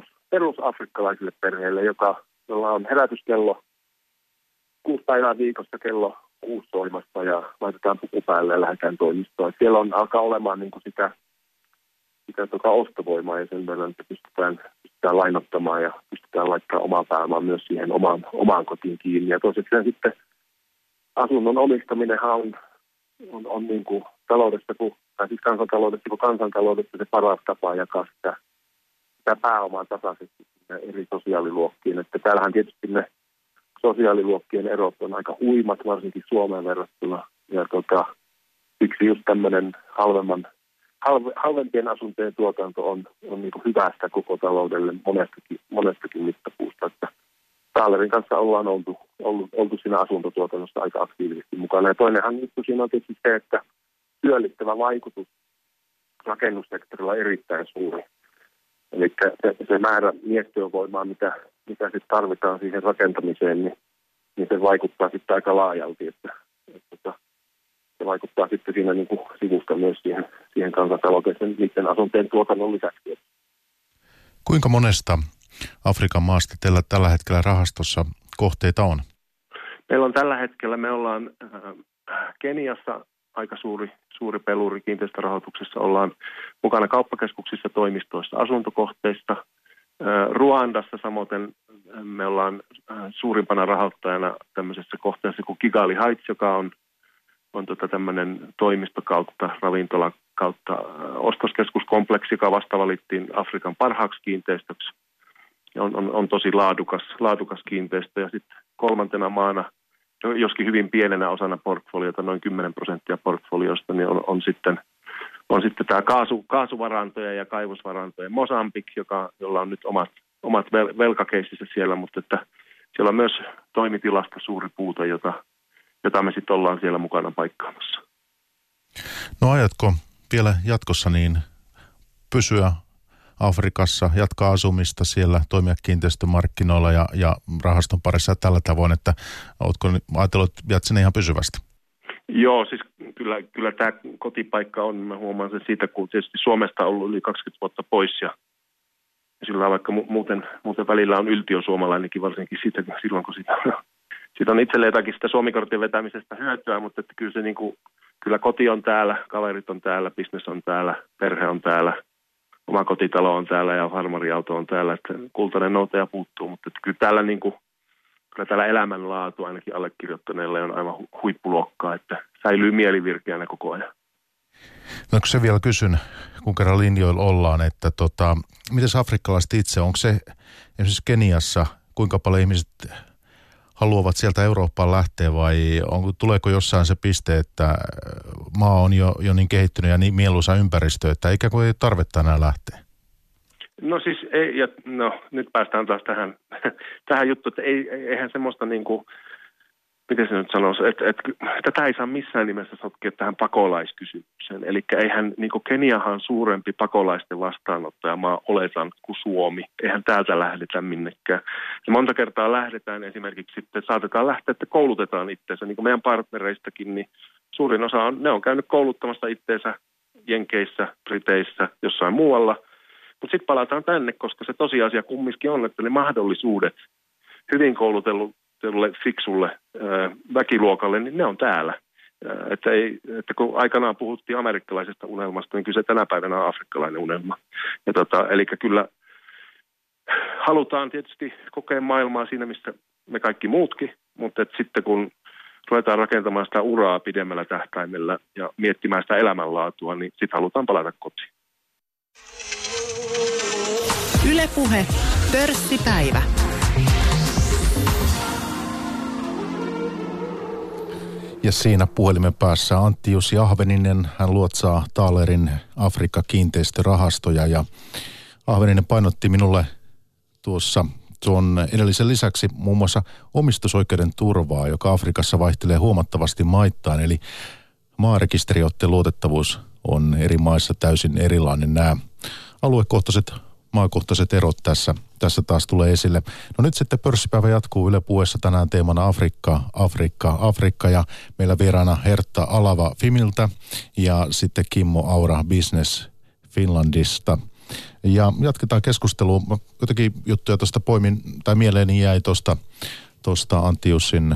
perusafrikkalaiselle perheelle, joka, jolla on herätyskello kuusi päivää viikossa kello kuussoimassa ja laitetaan puku päälle ja lähdetään toimistoon. Siellä on, alkaa olemaan niin kuin sitä, sitä tota ostovoimaa ja sen verran, että pystytään, pystytään lainottamaan ja pystytään laittamaan omaa pääomaa myös siihen omaan, omaan kotiin kiinni. Ja toiseksi sitten asunnon omistaminenhan on, on, on niin kuin taloudesta, kuin, tai siis kansantaloudesta kuin kansantaloudesta se paras tapa jakaa sitä, sitä pääomaa tasaisesti eri sosiaaliluokkiin. Että täällähän tietysti ne sosiaaliluokkien erot on aika huimat, varsinkin Suomeen verrattuna. Ja tota, siksi just tämmöinen halvemman, halve, halvempien asuntojen tuotanto on, on niin kuin hyvästä koko taloudelle monestakin, monestakin mittapuusta. Että Taalerin kanssa ollaan oltu, oltu, oltu siinä asuntotuotannossa aika aktiivisesti mukana. Ja toinenhan juttu siinä on tietysti se, että työllistävä vaikutus rakennussektorilla on erittäin suuri. Eli se, se määrä miestyövoimaa, mitä, mitä sitten tarvitaan siihen rakentamiseen, niin, niin se vaikuttaa sitten aika laajalti. Että, että se vaikuttaa sitten siinä niin kuin sivusta myös siihen, siihen kansantalouteen niiden asuntojen tuotannon lisäksi. Kuinka monesta Afrikan maasta teillä tällä hetkellä rahastossa kohteita on? Meillä on tällä hetkellä, me ollaan äh, Keniassa aika suuri, suuri peluri kiinteistörahoituksessa, ollaan mukana kauppakeskuksissa, toimistoissa, asuntokohteissa. Äh, Ruandassa samoin me ollaan äh, suurimpana rahoittajana tämmöisessä kohteessa kuin Kigali Heights, joka on, on tota tämmöinen toimisto kautta, ravintola kautta äh, ostoskeskuskompleksi, joka vasta valittiin Afrikan parhaaksi kiinteistöksi. On, on, on tosi laadukas, laadukas kiinteistö. Ja sitten kolmantena maana, joskin hyvin pienenä osana portfoliota, noin kymmenen prosenttia portfoliosta, niin on, on sitten, on sitten tämä kaasu, kaasuvarantoja ja kaivosvarantoja. Mosambik, joka, jolla on nyt omat, omat vel, velkakeississä siellä, mutta että siellä on myös toimitilasta suuri puute, jota, jota me sitten ollaan siellä mukana paikkaamassa. No ajatko vielä jatkossa niin pysyä Afrikassa, jatkaa asumista siellä, toimia kiinteistömarkkinoilla ja, ja rahaston parissa tällä tavoin, että oletko ajatellut, että jät sinne ihan pysyvästi? Joo, siis kyllä, kyllä tämä kotipaikka on, mä huomaan sen siitä, kun tietysti Suomesta on ollut yli kaksikymmentä vuotta pois ja, ja sillä vaikka mu- muuten, muuten välillä on yltiösuomalainenkin varsinkin siitä, silloin, kun siitä, siitä on itselle jotakin sitä Suomi-kortin vetämisestä hyötyä, mutta että kyllä se niin kuin, kyllä koti on täällä, kaverit on täällä, business on täällä, perhe on täällä. Oma kotitalo on täällä ja farmariauto on täällä, että kultainen noutaja puuttuu, mutta että kyllä täällä, niin kuin, kyllä täällä elämänlaatu ainakin allekirjoittaneelle on aivan huippuluokkaa, että säilyy mielivirkeänä koko ajan. No kun se vielä kysyn, kun kerran linjoilla ollaan, että tota, miten afrikkalaiset itse, onko se esimerkiksi Keniassa, kuinka paljon ihmiset haluavat sieltä Eurooppaan lähteä vai on, tuleeko jossain se piste, että maa on jo, jo niin kehittynyt ja niin mieluisa ympäristö, että ikään kuin ei tarvetta enää lähteä? No siis, ei, ja, no nyt päästään taas tähän, tähän juttuun, että ei, eihän semmoista niin kuin, miten se nyt sanoisi, että, että tätä ei saa missään nimessä sotkea tähän pakolaiskysymykseen. Eli eihän, niin kuin Keniahan on suurempi pakolaisten vastaanottajamaa oletan kuin Suomi. Eihän täältä lähdetä minnekään. Ja monta kertaa lähdetään esimerkiksi sitten, saatetaan lähteä, että koulutetaan itseensä. Niin kuin meidän partnereistakin, niin suurin osa on, ne on käynyt kouluttamassa itseensä Jenkeissä, Briteissä, jossain muualla. Mutta sitten palataan tänne, koska se tosiasia kumminkin on, että ne mahdollisuudet hyvin koulutellut fiksulle ää, väkiluokalle, niin ne on täällä. Ää, että, ei, että kun aikanaan puhuttiin amerikkalaisesta unelmasta, niin kyllä se tänä päivänä on afrikkalainen unelma. Ja tota, eli kyllä halutaan tietysti kokea maailmaa siinä, missä me kaikki muutkin, mutta et sitten kun ruvetaan rakentamaan sitä uraa pidemmällä tähtäimellä ja miettimään sitä elämänlaatua, niin sitten halutaan palata kotiin. Yle Puhe, pörssipäivä. Ja siinä puhelimen päässä Antti Jussi Ahveninen, hän luotsaa Taalerin Afrikka-kiinteistörahastoja ja Ahveninen painotti minulle tuossa tuon edellisen lisäksi muun muassa omistusoikeuden turvaa, joka Afrikassa vaihtelee huomattavasti maittain, eli maarekisteriotteen luotettavuus on eri maissa täysin erilainen. Nämä aluekohtaiset, maakohtaiset erot tässä, tässä taas tulee esille. No nyt sitten pörssipäivä jatkuu Yle Puheessa tänään teemana Afrikka, Afrikka, Afrikka ja meillä vieraana Hertta Alava Fimiltä ja sitten Kimmo Aura Business Finlandista. Ja jatketaan keskustelua. Jotakin juttuja tuosta poimin, tai mieleeni jäi tuosta, tuosta Antti Jussin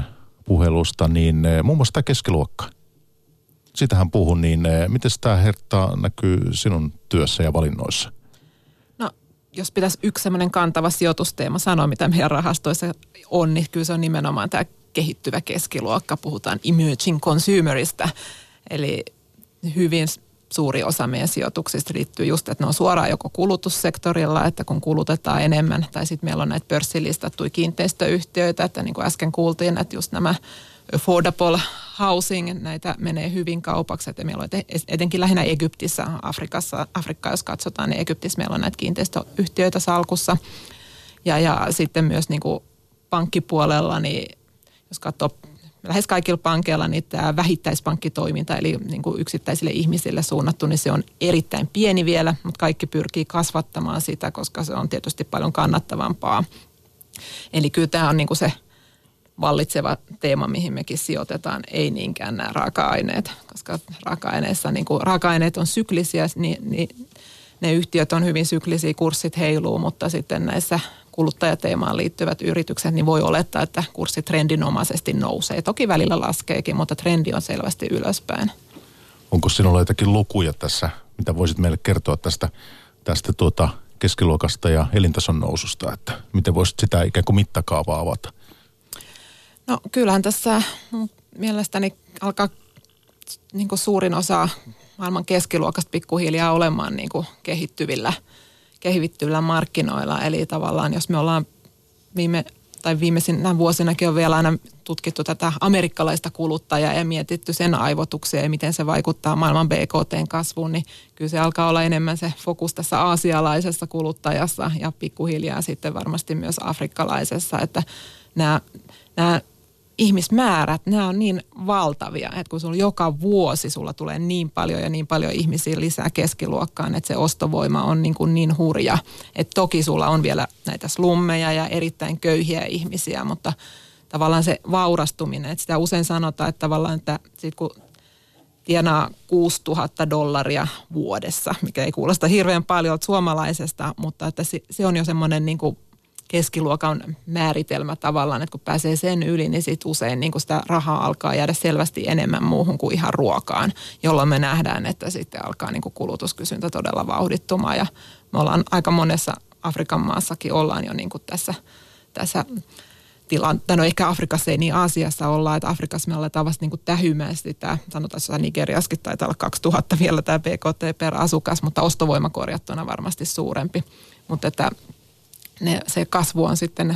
puhelusta, niin muun muassa tämä keskiluokka. Sitähän puhun, niin miten tämä Hertta näkyy sinun työssä ja valinnoissa? No, jos pitäisi yksi sellainen kantava sijoitusteema sanoa, mitä meidän rahastoissa on, niin kyllä se on nimenomaan tämä kehittyvä keskiluokka. Puhutaan emerging consumerista, eli hyvin suuri osa meidän sijoituksista liittyy just, että ne on suoraan joko kulutussektorilla, että kun kulutetaan enemmän, tai sitten meillä on näitä pörssilistattuja kiinteistöyhtiöitä, että niin kuin äsken kuultiin, että just nämä affordable housing, näitä menee hyvin kaupaksi, että meillä on etenkin lähinnä Egyptissä, Afrikassa, Afrikkaa jos katsotaan, niin Egyptissä meillä on näitä kiinteistöyhtiöitä salkussa, ja, ja sitten myös niin kuin pankkipuolella, niin jos katsoo lähes kaikilla pankeilla, niin tämä vähittäispankkitoiminta, eli niin kuin yksittäisille ihmisille suunnattu, niin se on erittäin pieni vielä, mutta kaikki pyrkii kasvattamaan sitä, koska se on tietysti paljon kannattavampaa. Eli kyllä tämä on niin kuin se vallitseva teema, mihin mekin sijoitetaan, ei niinkään nämä raaka-aineet, koska raaka-aineissa, niin kuin raaka-aineet on syklisiä, niin, niin ne yhtiöt on hyvin syklisiä, kurssit heiluu, mutta sitten näissä kuluttajateemaan liittyvät yritykset, niin voi olettaa, että kurssi trendinomaisesti nousee. Toki välillä laskeekin, mutta trendi on selvästi ylöspäin. Onko sinulla jotakin lukuja tässä, mitä voisit meille kertoa tästä, tästä tuota keskiluokasta ja elintason noususta, että miten voisit sitä ikään kuin mittakaavaa avata? No kyllähän tässä mielestäni alkaa niin kuin suurin osa maailman keskiluokasta pikkuhiljaa olemaan niin kuin kehittyvillä kehittyvillä markkinoilla. Eli tavallaan jos me ollaan viime, tai viimeisinä vuosinakin on vielä aina tutkittu tätä amerikkalaista kuluttajaa ja mietitty sen aivotuksia ja miten se vaikuttaa maailman B K T:n kasvuun, niin kyllä se alkaa olla enemmän se fokus tässä aasialaisessa kuluttajassa ja pikkuhiljaa sitten varmasti myös afrikkalaisessa, että nämä, nämä ihmismäärät, nämä on niin valtavia, että kun sulla joka vuosi sulla tulee niin paljon ja niin paljon ihmisiä lisää keskiluokkaan, että se ostovoima on niin, kuin niin hurja. Että toki sulla on vielä näitä slummeja ja erittäin köyhiä ihmisiä, mutta tavallaan se vaurastuminen, että sitä usein sanotaan, että tavallaan, että sit kun tienaa kuusituhatta dollaria vuodessa, mikä ei kuulosta hirveän paljon suomalaisesta, mutta että se, se on jo semmoinen niin kuin keskiluokan määritelmä tavallaan, että kun pääsee sen yli, niin sitten usein niin kun sitä rahaa alkaa jäädä selvästi enemmän muuhun kuin ihan ruokaan, jolloin me nähdään, että sitten alkaa niin kuin kulutuskysyntä todella vauhdittumaan. Ja me ollaan aika monessa Afrikan maassakin ollaan jo niin kuin tässä, tässä tilanteessa, no ehkä Afrikassa ei niin Aasiassa olla, että Afrikassa me aletaan vasta niin kuin tähymään sitä, sanotaan, että Nigeriaskin taitaa olla kaksituhatta vielä tämä B K T per asukas, mutta ostovoima korjattuna varmasti suurempi, mutta että Ne, se kasvu on sitten,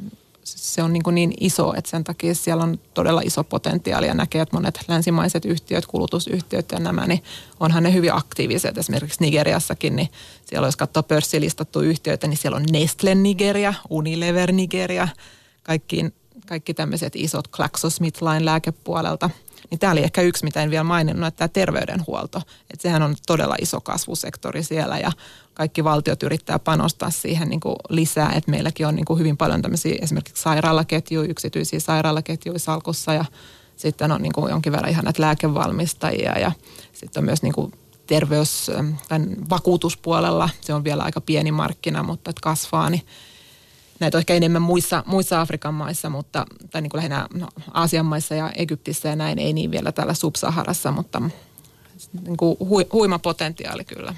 se on niin, kuin niin iso, että sen takia siellä on todella iso potentiaali ja näkee, että monet länsimaiset yhtiöt, kulutusyhtiöt ja nämä, niin onhan ne hyvin aktiiviset. Esimerkiksi Nigeriassakin, niin siellä jos katsoo pörssilistattuja yhtiöitä, niin siellä on Nestle Nigeria, Unilever Nigeria, kaikki, kaikki tämmöiset isot GlaxoSmithKline lääkepuolelta. Niin tämä oli ehkä yksi, mitä en vielä maininnut, että tämä terveydenhuolto. Että sehän on todella iso kasvusektori siellä ja kaikki valtiot yrittää panostaa siihen niin kuin lisää. Että meilläkin on niin kuin hyvin paljon tämmöisiä esimerkiksi sairaalaketjuja, yksityisiä sairaalaketjuja salkussa ja sitten on niin kuin jonkin verran ihan näitä lääkevalmistajia ja sitten on myös niin kuin terveys- tämän vakuutuspuolella. Se on vielä aika pieni markkina, mutta että kasvaa, niin näitä on ehkä enemmän muissa, muissa Afrikan maissa, mutta, tai niin kuin lähinnä no, Aasian maissa ja Egyptissä ja näin, ei niin vielä täällä Sub-Saharassa, mutta niin kuin hui, huima potentiaali kyllä.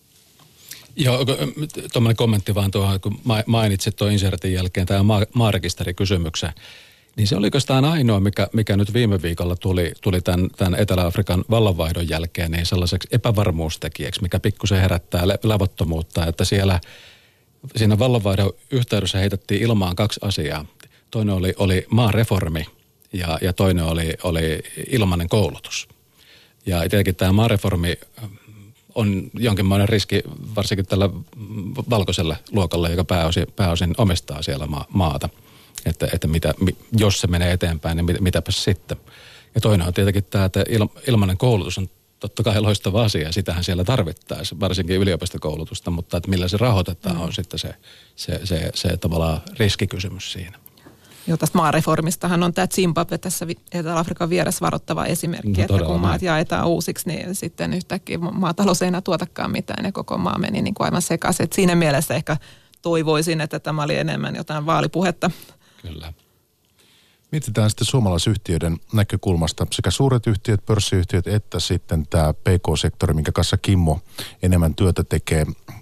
Joo, tuommoinen kommentti vaan tuohon, kun mainitsit tuon insertin jälkeen tämä maa, maarekisterikysymyksen, niin se oli oikeastaan ainoa, mikä, mikä nyt viime viikolla tuli, tuli tämän, tämän Etelä-Afrikan vallanvaihdon jälkeen niin sellaiseksi epävarmuustekijäksi, mikä pikkusen herättää levottomuutta, että siellä siinä vallanvaihdon yhteydessä heitettiin ilmaan kaksi asiaa. Toinen oli, oli maareformi ja, ja toinen oli, oli ilmainen koulutus. Ja tietenkin tämä maareformi on jonkinlainen riski varsinkin tällä valkoisella luokalla, joka pääosin, pääosin omistaa siellä maa, maata. Että, että mitä, jos se menee eteenpäin, niin mit, mitäpäs sitten. Ja toinen on tietenkin tämä, että il, ilmainen koulutus on totta kai loistava asia, sitähän siellä tarvittaisiin, varsinkin yliopistokoulutusta, mutta että millä se rahoitetaan mm. on sitten se, se, se, se tavallaan riskikysymys siinä. Joo, tästä maareformistahan on tämä Zimbabwe tässä Etelä-Afrikan vieressä varoittava esimerkki, no, että kun maat jaetaan uusiksi, niin sitten yhtäkkiä maatalous ei enää tuotakaan mitään ja koko maa meni niin kuin aivan sekaisin. Et siinä mielessä ehkä toivoisin, että tämä oli enemmän jotain vaalipuhetta. Kyllä. Mietitään sitten suomalaisyhtiöiden näkökulmasta sekä suuret yhtiöt, pörssiyhtiöt, että sitten tämä P K-sektori, minkä kanssa Kimmo enemmän työtä tekee,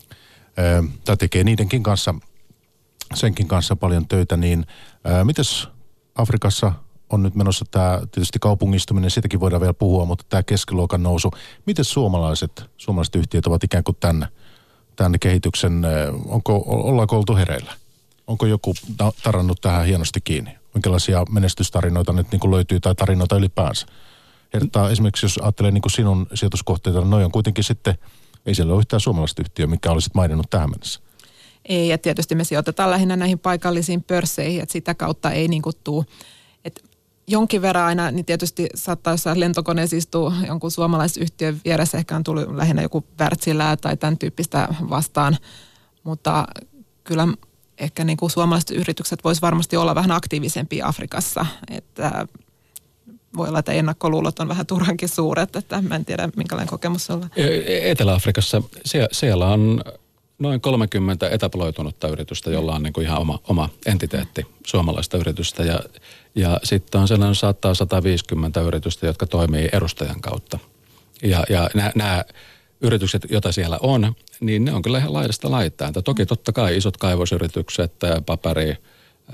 tai tekee niidenkin kanssa, senkin kanssa paljon töitä, niin mites Afrikassa on nyt menossa tämä tietysti kaupungistuminen, siitäkin voidaan vielä puhua, mutta tämä keskiluokan nousu. Miten suomalaiset, suomalaiset yhtiöt ovat ikään kuin tämän, tämän kehityksen, onko, ollaanko oltu hereillä? Onko joku tarannut tähän hienosti kiinni? Minkälaisia menestystarinoita nyt niin kuin löytyy tai tarinoita ylipäänsä? Hertaa, esimerkiksi jos ajattelee niin kuin sinun sijoituskohteita, niin noi on kuitenkin sitten, ei siellä ole yhtään suomalaista yhtiöä, mikä olisit maininnut tähän mennessä. Ei, ja tietysti me sijoitetaan lähinnä näihin paikallisiin pörsseihin, että sitä kautta ei niin kuin tuu. Et jonkin verran aina, niin tietysti saattaa jossain lentokoneessa istua jonkun suomalaisyhtiön vieressä, ehkä on tullut lähinnä joku Wärtsilä tai tämän tyyppistä vastaan, mutta kyllä ehkä niin kuin suomalaiset yritykset vois varmasti olla vähän aktiivisempia Afrikassa, että voi olla, että ennakkoluulot on vähän turhankin suuret, että mä en tiedä minkälainen kokemus on. Etelä-Afrikassa siellä on noin kolmekymmentä etabloitunutta yritystä, jolla on niin kuin ihan oma, oma entiteetti suomalaista yritystä ja, ja sitten on sellainen sata sata viisikymmentä yritystä, jotka toimii edustajan kautta. Ja, ja nämä yritykset, joita siellä on, niin ne on kyllä ihan laidasta laittain. Toki totta kai isot kaivosyritykset, paperi, ää,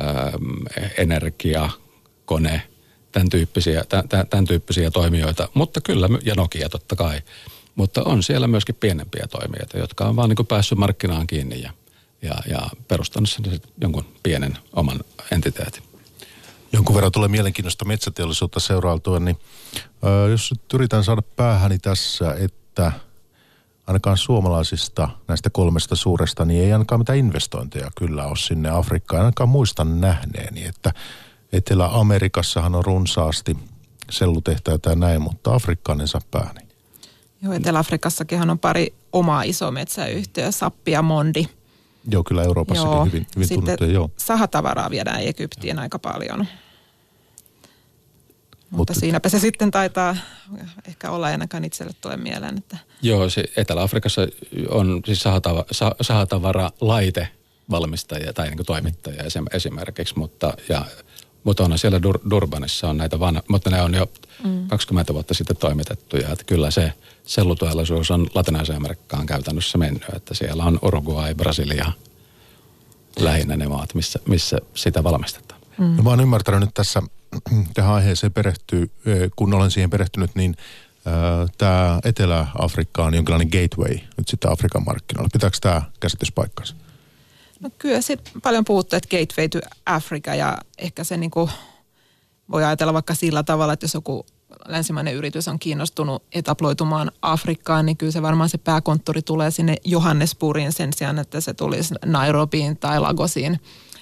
energia, kone, tämän tyyppisiä, tämän, tämän tyyppisiä toimijoita, mutta kyllä, ja Nokia totta kai. Mutta on siellä myöskin pienempiä toimijoita, jotka on vaan niin kuin päässyt markkinaan kiinni ja, ja, ja perustanut sen jonkun pienen oman entiteetin. Jonkun verran tulee mielenkiinnosta metsäteollisuutta seurailtua, niin ö, jos nyt yritän saada päähäni tässä, että ainakaan suomalaisista näistä kolmesta suuresta, niin ei ainakaan mitään investointeja kyllä ole sinne Afrikkaan. Ainakaan muistan nähneeni, että Etelä-Amerikassahan on runsaasti sellutehtaita ja näin, mutta Afrikkaan en saa pääni. Joo, Etelä-Afrikassakinhan on pari omaa isometsäyhtiöä, Sappi ja Mondi. Joo, kyllä Euroopassakin joo, hyvin, hyvin tunnettuja, joo. Sahatavaraa viedään Egyptiin aika paljon. Mutta, Mutta siinäpä se sitten taitaa ehkä olla, ainakaan itselle tulee mieleen. Että joo, se Etelä-Afrikassa on siis sahatava, sahatavara laite valmistajia tai niin kuin toimittajia esimerkiksi, mutta, ja, mutta on siellä Dur, Durbanissa on näitä vanha, mutta ne on jo mm. kaksikymmentä vuotta sitten toimitettuja, että kyllä se selluteollisuus on Latinalaiseen Amerikkaan käytännössä mennyt, että siellä on Uruguay, Brasilia, lähinnä ne maat, missä, missä sitä valmistetaan. Mm. No, mä oon ymmärtänyt nyt tässä, tähän aiheeseen perehtyy, kun olen siihen perehtynyt, niin äh, tämä Etelä-Afrikka on jonkinlainen gateway nyt sitten Afrikan markkinoilla. Pitääkö tämä käsitys paikkansa? No kyllä sitten paljon puhuttu, että gateway to Africa ja ehkä se niinku voi ajatella vaikka sillä tavalla, että jos joku länsimainen yritys on kiinnostunut etabloitumaan Afrikkaan, niin kyllä se varmaan se pääkonttori tulee sinne Johannesburgiin sen sijaan, että se tulisi Nairobiin tai Lagosiin.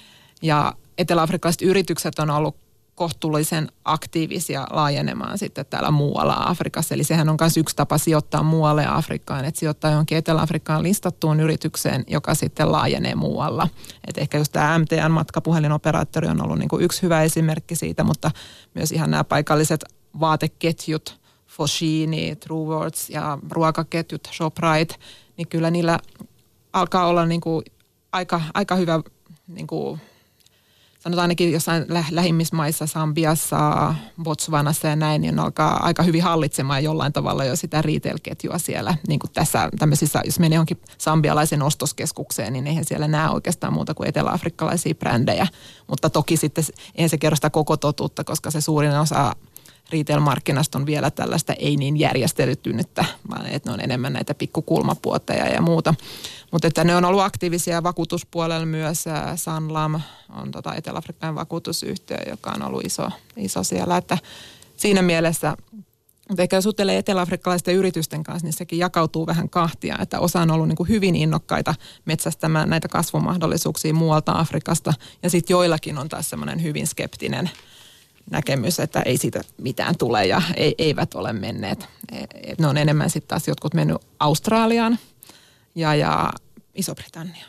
Ja etelä-afrikkalaiset yritykset on ollut kohtuullisen aktiivisia laajenemaan sitten täällä muualla Afrikassa. Eli sehän on myös yksi tapa sijoittaa muualle Afrikkaan, että sijoittaa johonkin Etelä-Afrikkaan listattuun yritykseen, joka sitten laajenee muualla. Että ehkä just tämä M T N-matkapuhelinoperaattori on ollut niin kuin yksi hyvä esimerkki siitä, mutta myös ihan nämä paikalliset vaateketjut, Foschini, Truworths ja ruokaketjut, Shoprite, niin kyllä niillä alkaa olla niin kuin aika, aika hyvä, niin kuin sanotaan ainakin jossain lä- lähimmissä maissa, Sambiassa, Botswanassa ja näin, niin alkaa aika hyvin hallitsemaan jollain tavalla jo sitä retail-ketjua siellä. Niin kuin tässä tämmöisissä, jos menee johonkin sambialaisen ostoskeskukseen, niin eihän siellä näe oikeastaan muuta kuin etelä-afrikkalaisia brändejä. Mutta toki sitten eihän se kerro sitä koko totuutta, koska se suurin osa retail-markkinasta on vielä tällaista ei niin järjestelytynyttä, vaan että ne on enemmän näitä pikkukulmapuoteja ja muuta. Mutta että ne on ollut aktiivisia vakuutuspuolella myös. Sanlam on tota Etelä-Afrikan vakuutusyhtiö, joka on ollut iso, iso siellä. Että siinä mielessä, mutta ehkä jos juttelee etelä-afrikkalaisten yritysten kanssa, niin sekin jakautuu vähän kahtia. Että osa on ollut niin kuin hyvin innokkaita metsästämään näitä kasvumahdollisuuksia muualta Afrikasta. Ja sitten joillakin on taas semmoinen hyvin skeptinen näkemys, että ei siitä mitään tule ja ei, eivät ole menneet. Et ne on enemmän sitten taas jotkut mennyt Australiaan ja, ja Iso-Britannia.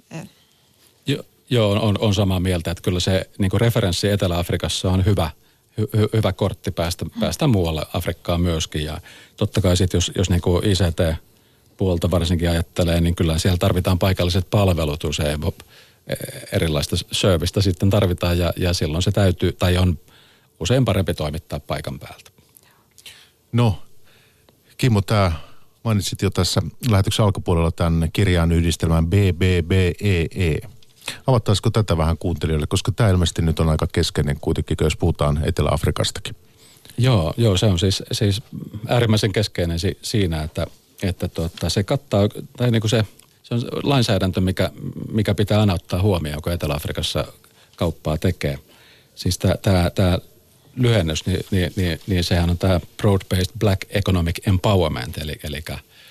Jo, joo, on, on samaa mieltä, että kyllä se niin kuin referenssi Etelä-Afrikassa on hyvä, hy, hyvä kortti päästä, päästä muualle Afrikkaan myöskin. Ja totta kai sitten, jos, jos niin kuin I C T-puolta varsinkin ajattelee, niin kyllä siellä tarvitaan paikalliset palvelut usein. Erilaista servistä sitten tarvitaan ja, ja silloin se täytyy, tai on usein parempi toimittaa paikan päältä. No, Kimmo, tämä mainitsit jo tässä lähetyksen alkupuolella tämän kirjaan yhdistelmän B B B E E. Avattaisiko tätä vähän kuuntelijoille, koska tämä ilmeisesti nyt on aika keskeinen kuitenkin, jos puhutaan Etelä-Afrikastakin. Joo, joo, se on siis, siis äärimmäisen keskeinen si, siinä, että, että tuota, se kattaa, tai niin kuin se, se on lainsäädäntö, mikä, mikä pitää aina ottaa huomioon, kun Etelä-Afrikassa kauppaa tekee. Siis tämä lyhennys, niin, niin, niin, niin sehän on tämä Broad-Based Black Economic Empowerment, eli, eli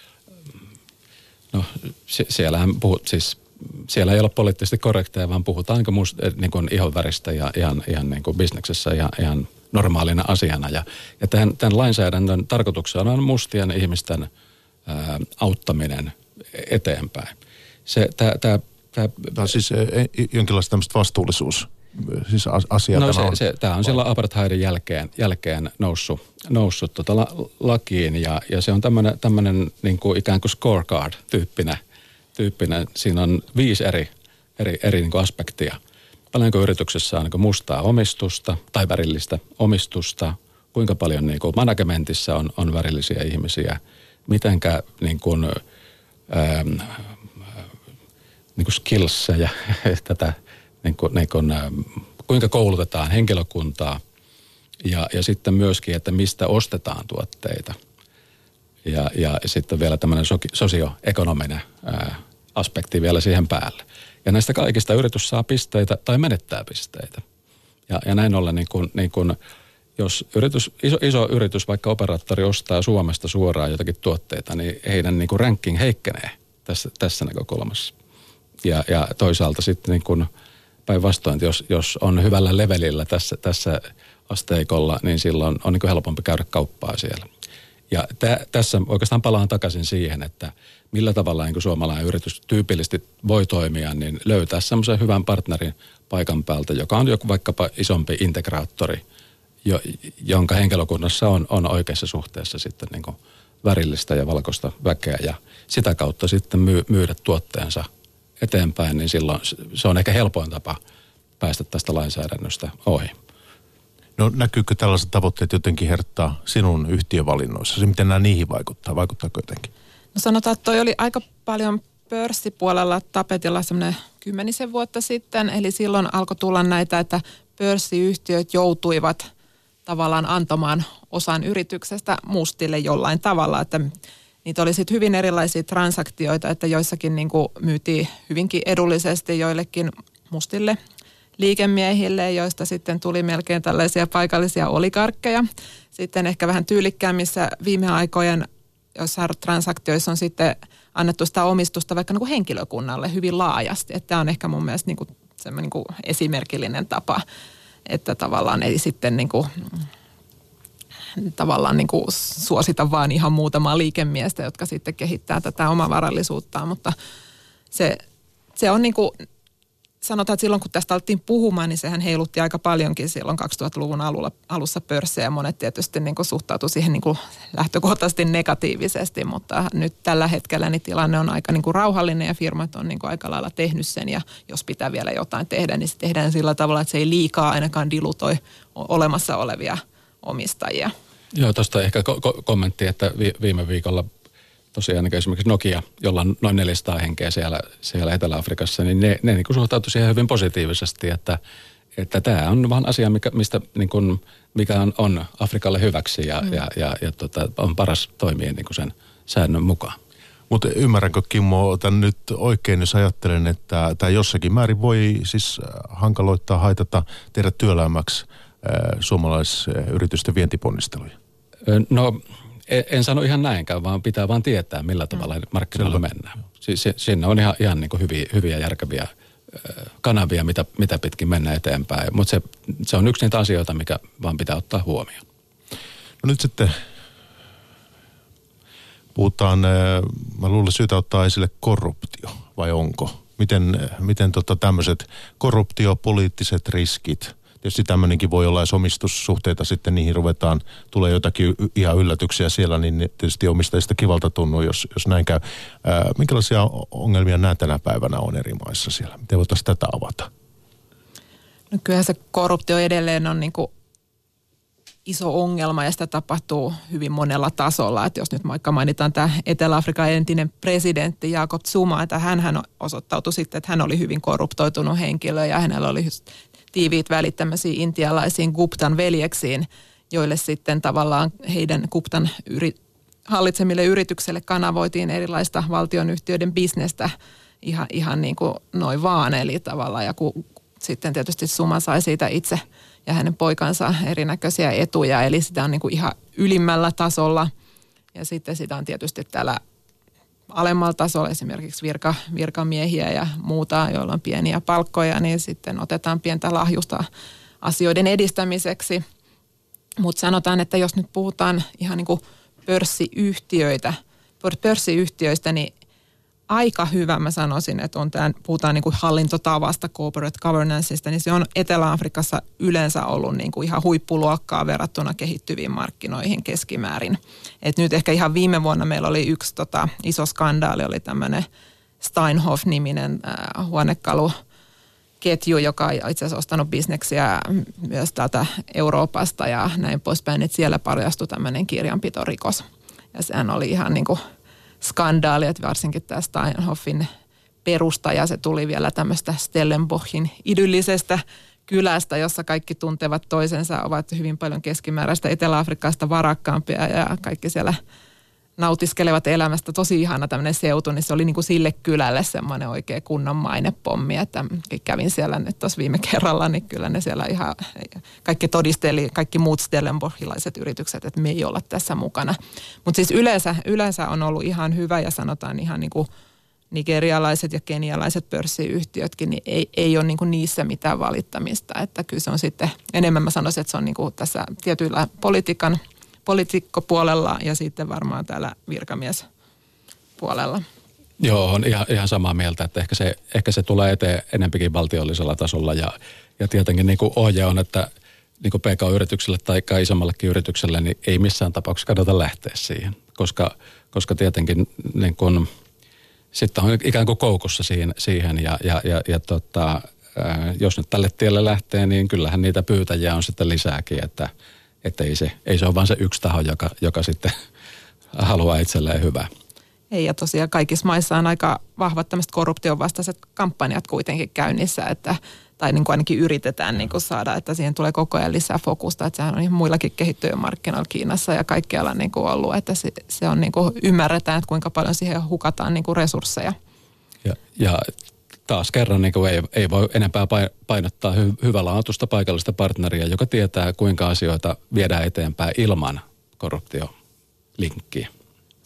no siellähän puhut, siis siellä ei ole poliittisesti korrekteja, vaan puhutaan niin must, niin kuin ihonväristä ja ihan, ihan niin kuin bisneksessä ihan, ihan normaalina asiana. Ja, ja tämän, tämän lainsäädännön tarkoituksena on mustien ihmisten ää, auttaminen eteenpäin. Se, tää, tää, tää, tämä on siis jonkinlaista tämmöistä vastuullisuus, siis asia. No tämä se, on, se, tämä on silloin apartheidin jälkeen, jälkeen noussut, noussut tota la, lakiin ja, ja se on tämmöinen, tämmöinen niin kuin ikään kuin scorecard-tyyppinen. Tyyppinen. Siinä on viisi eri, eri, eri niin kuin aspektia. Paljonko yrityksessä on niin kuin mustaa omistusta tai värillistä omistusta, kuinka paljon niin kuin managementissa on, on värillisiä ihmisiä, mitenkä niin kuin, ähm, niin kuin skillsseja, tätä, niin kuin, niin kuin, ähm, kuinka koulutetaan henkilökuntaa ja, ja sitten myöskin, että mistä ostetaan tuotteita. Ja, ja sitten vielä tämmöinen sosioekonominen ää, aspekti vielä siihen päälle. Ja näistä kaikista yritys saa pisteitä tai menettää pisteitä. Ja, ja näin ollen, niin kun, niin kun, jos yritys, iso, iso yritys, vaikka operaattori ostaa Suomesta suoraan jotakin tuotteita, niin heidän niin kun ranking heikkenee tässä, tässä näkökulmassa. Ja, ja toisaalta sitten niin kun päinvastoin, jos, jos on hyvällä levelillä tässä, tässä asteikolla, niin silloin on niin kun helpompi käydä kauppaa siellä. Ja tä, tässä oikeastaan palaan takaisin siihen, että millä tavalla niin kuin suomalainen yritys tyypillisesti voi toimia, niin löytää semmoisen hyvän partnerin paikan päältä, joka on joku vaikkapa isompi integraattori, jo, jonka henkilökunnassa on, on oikeassa suhteessa sitten niin kuin värillistä ja valkoista väkeä ja sitä kautta sitten myy, myydä tuotteensa eteenpäin, niin silloin se on ehkä helpoin tapa päästä tästä lainsäädännöstä ohi. No näkyykö tällaiset tavoitteet jotenkin, Hertta, sinun yhtiövalinnoissa? Se miten nämä niihin vaikuttaa? Vaikuttaako jotenkin? No sanotaan, että toi oli aika paljon pörssipuolella tapetilla semmoinen kymmenisen vuotta sitten. Eli silloin alkoi tulla näitä, että pörssiyhtiöt joutuivat tavallaan antamaan osan yrityksestä mustille jollain tavalla. Että niitä oli sitten hyvin erilaisia transaktioita, että joissakin niin kuin myytiin hyvinkin edullisesti joillekin mustille liikemiehille, joista sitten tuli melkein tällaisia paikallisia oligarkkeja. Sitten ehkä vähän tyylikkäämmissä viime aikojen, joissa transaktioissa on sitten annettu sitä omistusta vaikka niin kuin henkilökunnalle hyvin laajasti. Että tämä on ehkä mun mielestä niin kuin semmoinen niin kuin esimerkillinen tapa, että tavallaan ei sitten niin kuin, tavallaan niin kuin suosita vaan ihan muutamaa liikemiestä, jotka sitten kehittää tätä omavarallisuuttaan, mutta se, se on niin kuin sanotaan, että silloin kun tästä alettiin puhumaan, niin sehän heilutti aika paljonkin silloin kaksituhattaluvun alulla, alussa pörssejä ja monet tietysti niin kuin suhtautui siihen niin kuin lähtökohtaisesti negatiivisesti, mutta nyt tällä hetkellä niin tilanne on aika niin kuin rauhallinen ja firmat on niin kuin aika lailla tehnyt sen ja jos pitää vielä jotain tehdä, niin se tehdään sillä tavalla, että se ei liikaa ainakaan dilutoi olemassa olevia omistajia. Joo, tuosta ehkä ko- ko- kommentti, että vi- viime viikolla tosiaan niin esimerkiksi Nokia, jolla on noin neljäsataa henkeä siellä, siellä Etelä-Afrikassa, niin ne, ne niin kuin suhtautui siihen hyvin positiivisesti, että, että tämä on vaan asia, mikä, mistä, niin kuin, mikä on, on Afrikalle hyväksi ja, mm. ja, ja, ja tota, on paras toimia niin kuin sen säännön mukaan. Mutta ymmärränkö, Kimmo, tämän nyt oikein, jos ajattelen, että tämä jossakin määrin voi siis hankaloittaa, haitata, tehdä työlämmäksi äh, suomalaisyritysten vientiponnisteluja? No en sano ihan näinkään, vaan pitää vaan tietää, millä tavalla mm. markkinoilla mennään. Siis sinne on ihan, ihan niin kuin hyviä, hyviä järkeviä kanavia, mitä, mitä pitkin mennään eteenpäin. Mutta se, se on yksi niitä asioita, mikä vaan pitää ottaa huomioon. No nyt sitten puhutaan, mä luulen syytä ottaa esille korruptio, vai onko? Miten, miten tota tämmöiset korruptiopoliittiset riskit, tietysti tämmöinenkin voi olla, jos omistussuhteita sitten niihin ruvetaan, tulee jotakin ihan yllätyksiä siellä, niin tietysti omistajista kivalta tuntuu, jos, jos näin käy. Ää, minkälaisia ongelmia nämä tänä päivänä on eri maissa siellä? Miten voitaisiin tätä avata? No kyllähän se korruptio edelleen on niin kuin iso ongelma ja sitä tapahtuu hyvin monella tasolla. Että jos nyt vaikka mainitaan tämä Etelä-Afrikan entinen presidentti Jacob Zuma, että hänhän osoittautui sitten, että hän oli hyvin korruptoitunut henkilö ja hänellä oli tiiviit välit tämmöisiin intialaisiin Guptan veljeksiin, joille sitten tavallaan heidän Guptan yri, hallitsemille yrityksille kanavoitiin erilaista valtionyhtiöiden bisnestä ihan, ihan niin kuin noin vaan. Eli tavallaan ja ku, sitten tietysti Zuma sai siitä itse ja hänen poikansa erinäköisiä etuja, eli sitä on niin kuin ihan ylimmällä tasolla. Ja sitten sitä on tietysti täällä alemmalla tasolla esimerkiksi virka, virkamiehiä ja muuta, joilla on pieniä palkkoja, niin sitten otetaan pientä lahjusta asioiden edistämiseksi. Mutta sanotaan, että jos nyt puhutaan ihan niin kuin pörssiyhtiöitä, pörssiyhtiöistä, niin aika hyvä mä sanoisin, että on tämän, puhutaan niin kuin hallintotavasta, corporate governanceista, niin se on Etelä-Afrikassa yleensä ollut niin kuin ihan huippuluokkaa verrattuna kehittyviin markkinoihin keskimäärin. Et nyt ehkä ihan viime vuonna meillä oli yksi tota, iso skandaali, oli tämmöinen Steinhoff-niminen äh, huonekaluketju, joka on itse asiassa ostanut bisneksiä myös täältä Euroopasta ja näin poispäin, että siellä paljastui tämmöinen kirjanpitorikos. Ja sehän oli ihan niin kuin skandaali, että varsinkin tämä Steinhoffin perustaja, se tuli vielä tämmöistä Stellenboschin idyllisestä kylästä, jossa kaikki tuntevat toisensa, ovat hyvin paljon keskimääräistä Etelä-Afrikasta varakkaampia ja kaikki siellä nautiskelevat elämästä. Tosi ihana tämmöinen seutu, niin se oli niin kuin sille kylälle semmoinen oikein kunnon mainepommi, että kävin siellä nyt tuossa viime kerralla, niin kyllä ne siellä ihan, kaikki todisteli, kaikki muut stellenboschilaiset yritykset, että me ei olla tässä mukana. Mutta siis yleensä, yleensä on ollut ihan hyvä ja sanotaan ihan niin kuin nigerialaiset ja kenialaiset pörssiyhtiötkin, niin ei, ei ole niin kuin niissä mitään valittamista, että kyllä se on sitten, enemmän mä sanoisin, että se on niin kuin tässä tietyillä politiikan poliitikkopuolella ja sitten varmaan täällä virkamiespuolella. Joo, on ihan, ihan samaa mieltä, että ehkä se, ehkä se tulee eteen enempikin valtiollisella tasolla ja, ja tietenkin niin kuin ohje on, että niin kuin P K-yritykselle tai isommallekin yritykselle niin ei missään tapauksessa kannata lähteä siihen, koska, koska tietenkin niin kuin, sitten on ikään kuin koukussa siihen, siihen ja, ja, ja, ja tota, jos nyt tälle tielle lähtee, niin kyllähän niitä pyytäjiä on sitten lisääkin, että Että ei se, ei se ole vain se yksi taho, joka, joka sitten haluaa itselleen hyvää. Ei, ja tosiaan kaikissa maissa on aika vahvat tämmöiset korruption vastaiset kampanjat kuitenkin käynnissä, että, tai niin kuin ainakin yritetään niin kuin saada, että siihen tulee koko ajan lisää fokusta, että sehän on ihan muillakin kehittyjen markkinoilla Kiinassa ja kaikkialla niin kuin ollut, että se, se on niin kuin ymmärretään, että kuinka paljon siihen hukataan niin kuin resursseja. Ja, ja taas kerran niin kuin ei, ei voi enempää painottaa hy, hyvälaatuista paikallista partneria, joka tietää, kuinka asioita viedään eteenpäin ilman korruptiolinkkiä.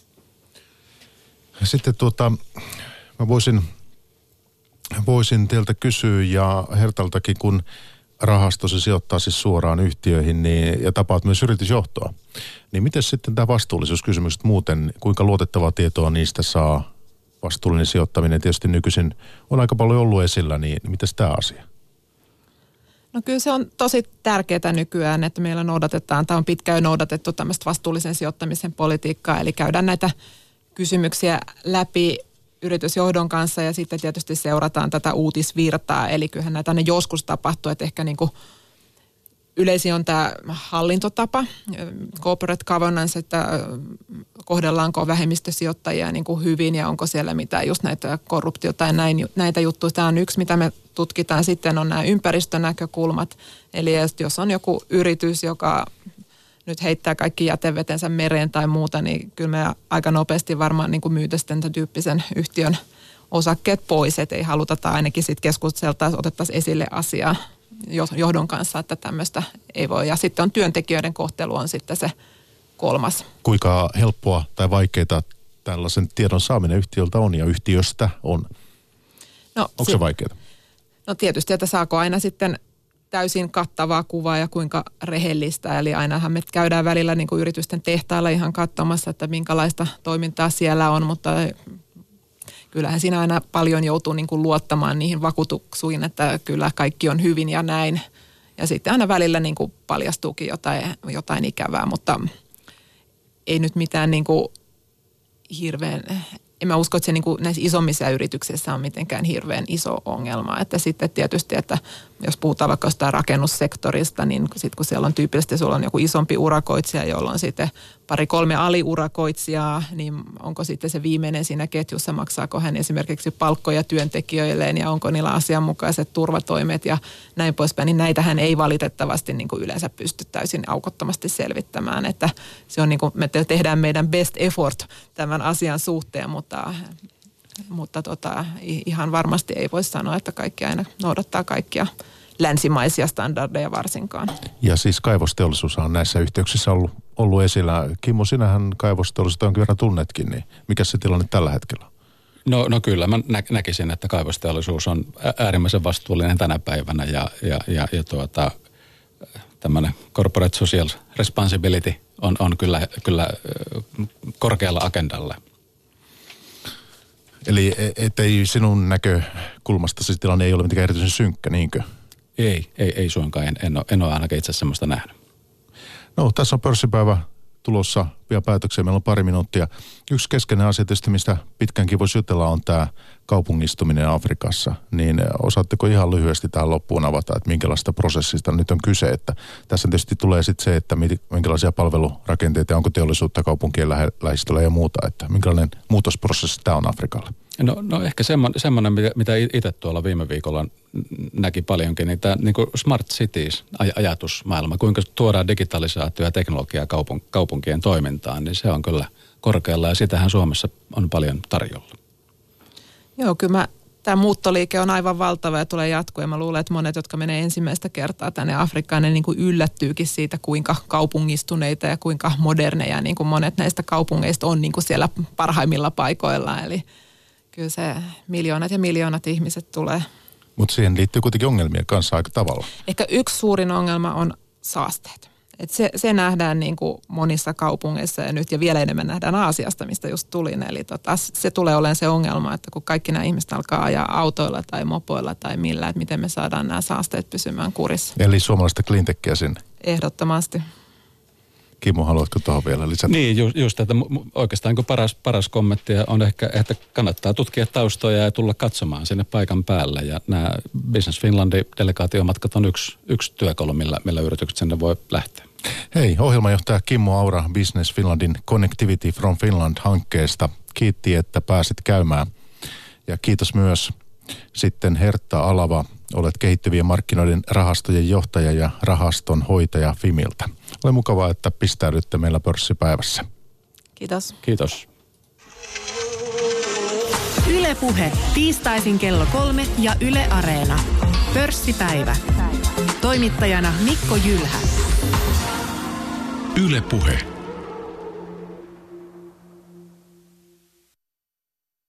Sitten tuota, mä voisin, voisin teiltä kysyä ja Hertaltakin, kun rahasto se sijoittaa siis suoraan yhtiöihin niin, ja tapaat myös yritysjohtoa, niin miten sitten tämä vastuullisuuskysymykset muuten, kuinka luotettavaa tietoa niistä saa? Vastuullinen sijoittaminen tietysti nykyisin on aika paljon ollut esillä, niin mitäs tämä asia? No kyllä se on tosi tärkeää nykyään, että meillä noudatetaan, tämä on pitkään noudatettu tämmöistä vastuullisen sijoittamisen politiikkaa, eli käydään näitä kysymyksiä läpi yritysjohdon kanssa ja sitten tietysti seurataan tätä uutisvirtaa, eli kyllähän näitä aina joskus tapahtuu, että ehkä niin kuin yleisin on tämä hallintotapa, corporate governance, että kohdellaanko vähemmistösijoittajia niin kuin hyvin ja onko siellä mitään just näitä korruptiota tai näin, näitä juttuja. Tämä on yksi, mitä me tutkitaan. Sitten on nämä ympäristönäkökulmat. Eli jos on joku yritys, joka nyt heittää kaikki jätevetensä mereen tai muuta, niin kyllä me aika nopeasti varmaan niin kuin myytäisiin tämän tyyppisen yhtiön osakkeet pois, että ei haluta tai ainakin sitten keskusteltaisiin, otettaisiin esille asiaa johdon kanssa, että tämmöistä ei voi. Ja sitten on työntekijöiden kohtelu on sitten se kolmas. Kuinka helppoa tai vaikeaa tällaisen tiedon saaminen yhtiöltä on ja yhtiöstä on? No, Onko se, se vaikeaa? No tietysti, että saako aina sitten täysin kattavaa kuvaa ja kuinka rehellistä. Eli ainahan me käydään välillä niin kuin yritysten tehtailla ihan katsomassa, että minkälaista toimintaa siellä on, mutta kyllähän siinä aina paljon joutuu niin kuin luottamaan niihin vakuutuksiin, että kyllä kaikki on hyvin ja näin. Ja sitten aina välillä niin kuin paljastuukin jotain, jotain ikävää, mutta ei nyt mitään niin kuin hirveän en mä usko, että se niin kuin näissä isommissa yrityksissä on mitenkään hirveän iso ongelma. Että sitten tietysti, että jos puhutaan vaikka jostain rakennussektorista, niin sitten kun siellä on tyypillisesti, sulla on joku isompi urakoitsija, jolla on sitten pari kolme aliurakoitsijaa, niin onko sitten se viimeinen siinä ketjussa, maksaako hän esimerkiksi palkkoja työntekijöilleen ja onko niillä asianmukaiset turvatoimet ja näin poispäin, niin näitähän ei valitettavasti niin kuin yleensä pysty täysin aukottomasti selvittämään, että se on niin kuin, me tehdään meidän best effort tämän asian suhteen, mutta, mutta tota, ihan varmasti ei voi sanoa, että kaikki aina noudattaa kaikkia länsimaisia standardeja varsinkaan. Ja siis kaivosteollisuus on näissä yhteyksissä ollut, ollut esillä. Kimmo, sinähän kaivosteollisuutta jonkin verran tunnetkin, niin mikä se tilanne tällä hetkellä? No, no kyllä, mä nä- näkisin, että kaivosteollisuus on äärimmäisen vastuullinen tänä päivänä ja, ja, ja, ja tuota, tämmöinen corporate social responsibility on, on kyllä, kyllä korkealla agendalla. Eli ettei sinun näkökulmasta se tilanne ei ole mitenkään erityisen synkkä, niinkö? Ei, ei, ei suinkaan. En, en, ole, en ole ainakaan itse semmoista nähnyt. No, tässä on pörssipäivä tulossa pian päätökseen. Meillä on pari minuuttia. Yksi keskeinen asia tietysti, mistä pitkäänkin voisi jutella, on tämä kaupungistuminen Afrikassa. Niin osaatteko ihan lyhyesti tähän loppuun avata, että minkälaista prosessista nyt on kyse? Että tässä tietysti tulee sitten se, että minkälaisia palvelurakenteita, onko teollisuutta kaupunkien lähistöllä ja muuta. Että minkälainen muutosprosessi tämä on Afrikalle? No, no ehkä semmoinen, semmoinen, mitä itse tuolla viime viikolla näki paljonkin, niin tämä niin kuin smart cities ajatusmaailma, kuinka tuodaan digitalisaatio ja teknologiaa kaupunk- kaupunkien toimintaan, niin se on kyllä korkealla ja sitähän Suomessa on paljon tarjolla. Joo, kyllä mä, tämä muuttoliike on aivan valtava ja tulee jatkuu ja mä luulen, että monet, jotka menee ensimmäistä kertaa tänne Afrikkaan, ne niin kuin yllättyykin siitä, kuinka kaupungistuneita ja kuinka moderneja niin kuin monet näistä kaupungeista on niin kuin siellä parhaimmilla paikoilla, eli kyllä se miljoonat ja miljoonat ihmiset tulee. Mutta siihen liittyy kuitenkin ongelmia kanssa aika tavalla. Ehkä yksi suurin ongelma on saasteet. Et se, se nähdään niin kuin monissa kaupungeissa ja nyt ja vielä enemmän nähdään Aasiasta, mistä just tulin. Eli tota, se tulee olemaan se ongelma, että kun kaikki nämä ihmiset alkaa ajaa autoilla tai mopoilla tai millä, että miten me saadaan nämä saasteet pysymään kurissa. Eli suomalaista cleantechia sinne. Ehdottomasti. Kimmo, haluatko tuohon vielä lisätä? Niin, just, just että oikeastaan kun paras, paras kommentti on ehkä, että kannattaa tutkia taustoja ja tulla katsomaan sinne paikan päälle. Ja nämä Business Finlandin delegaatiomatkat on yksi, yksi työkalu, millä, millä yritykset sinne voi lähteä. Hei, ohjelmajohtaja Kimmo Aura Business Finlandin Connectivity from Finland-hankkeesta. Kiitti, että pääsit käymään. Ja kiitos myös sitten Hertta Alava. Olet kehittyvien markkinoiden rahastojen johtaja ja rahaston hoitaja Fimiltä. Ole mukavaa, että pistäydytte meillä pörssipäivässä. Kiitos. Kiitos. Yle Puhe, tiistaisin kello kolme ja Yle Areena. Pörssipäivä. Toimittajana Mikko Jylhä. Yle Puhe.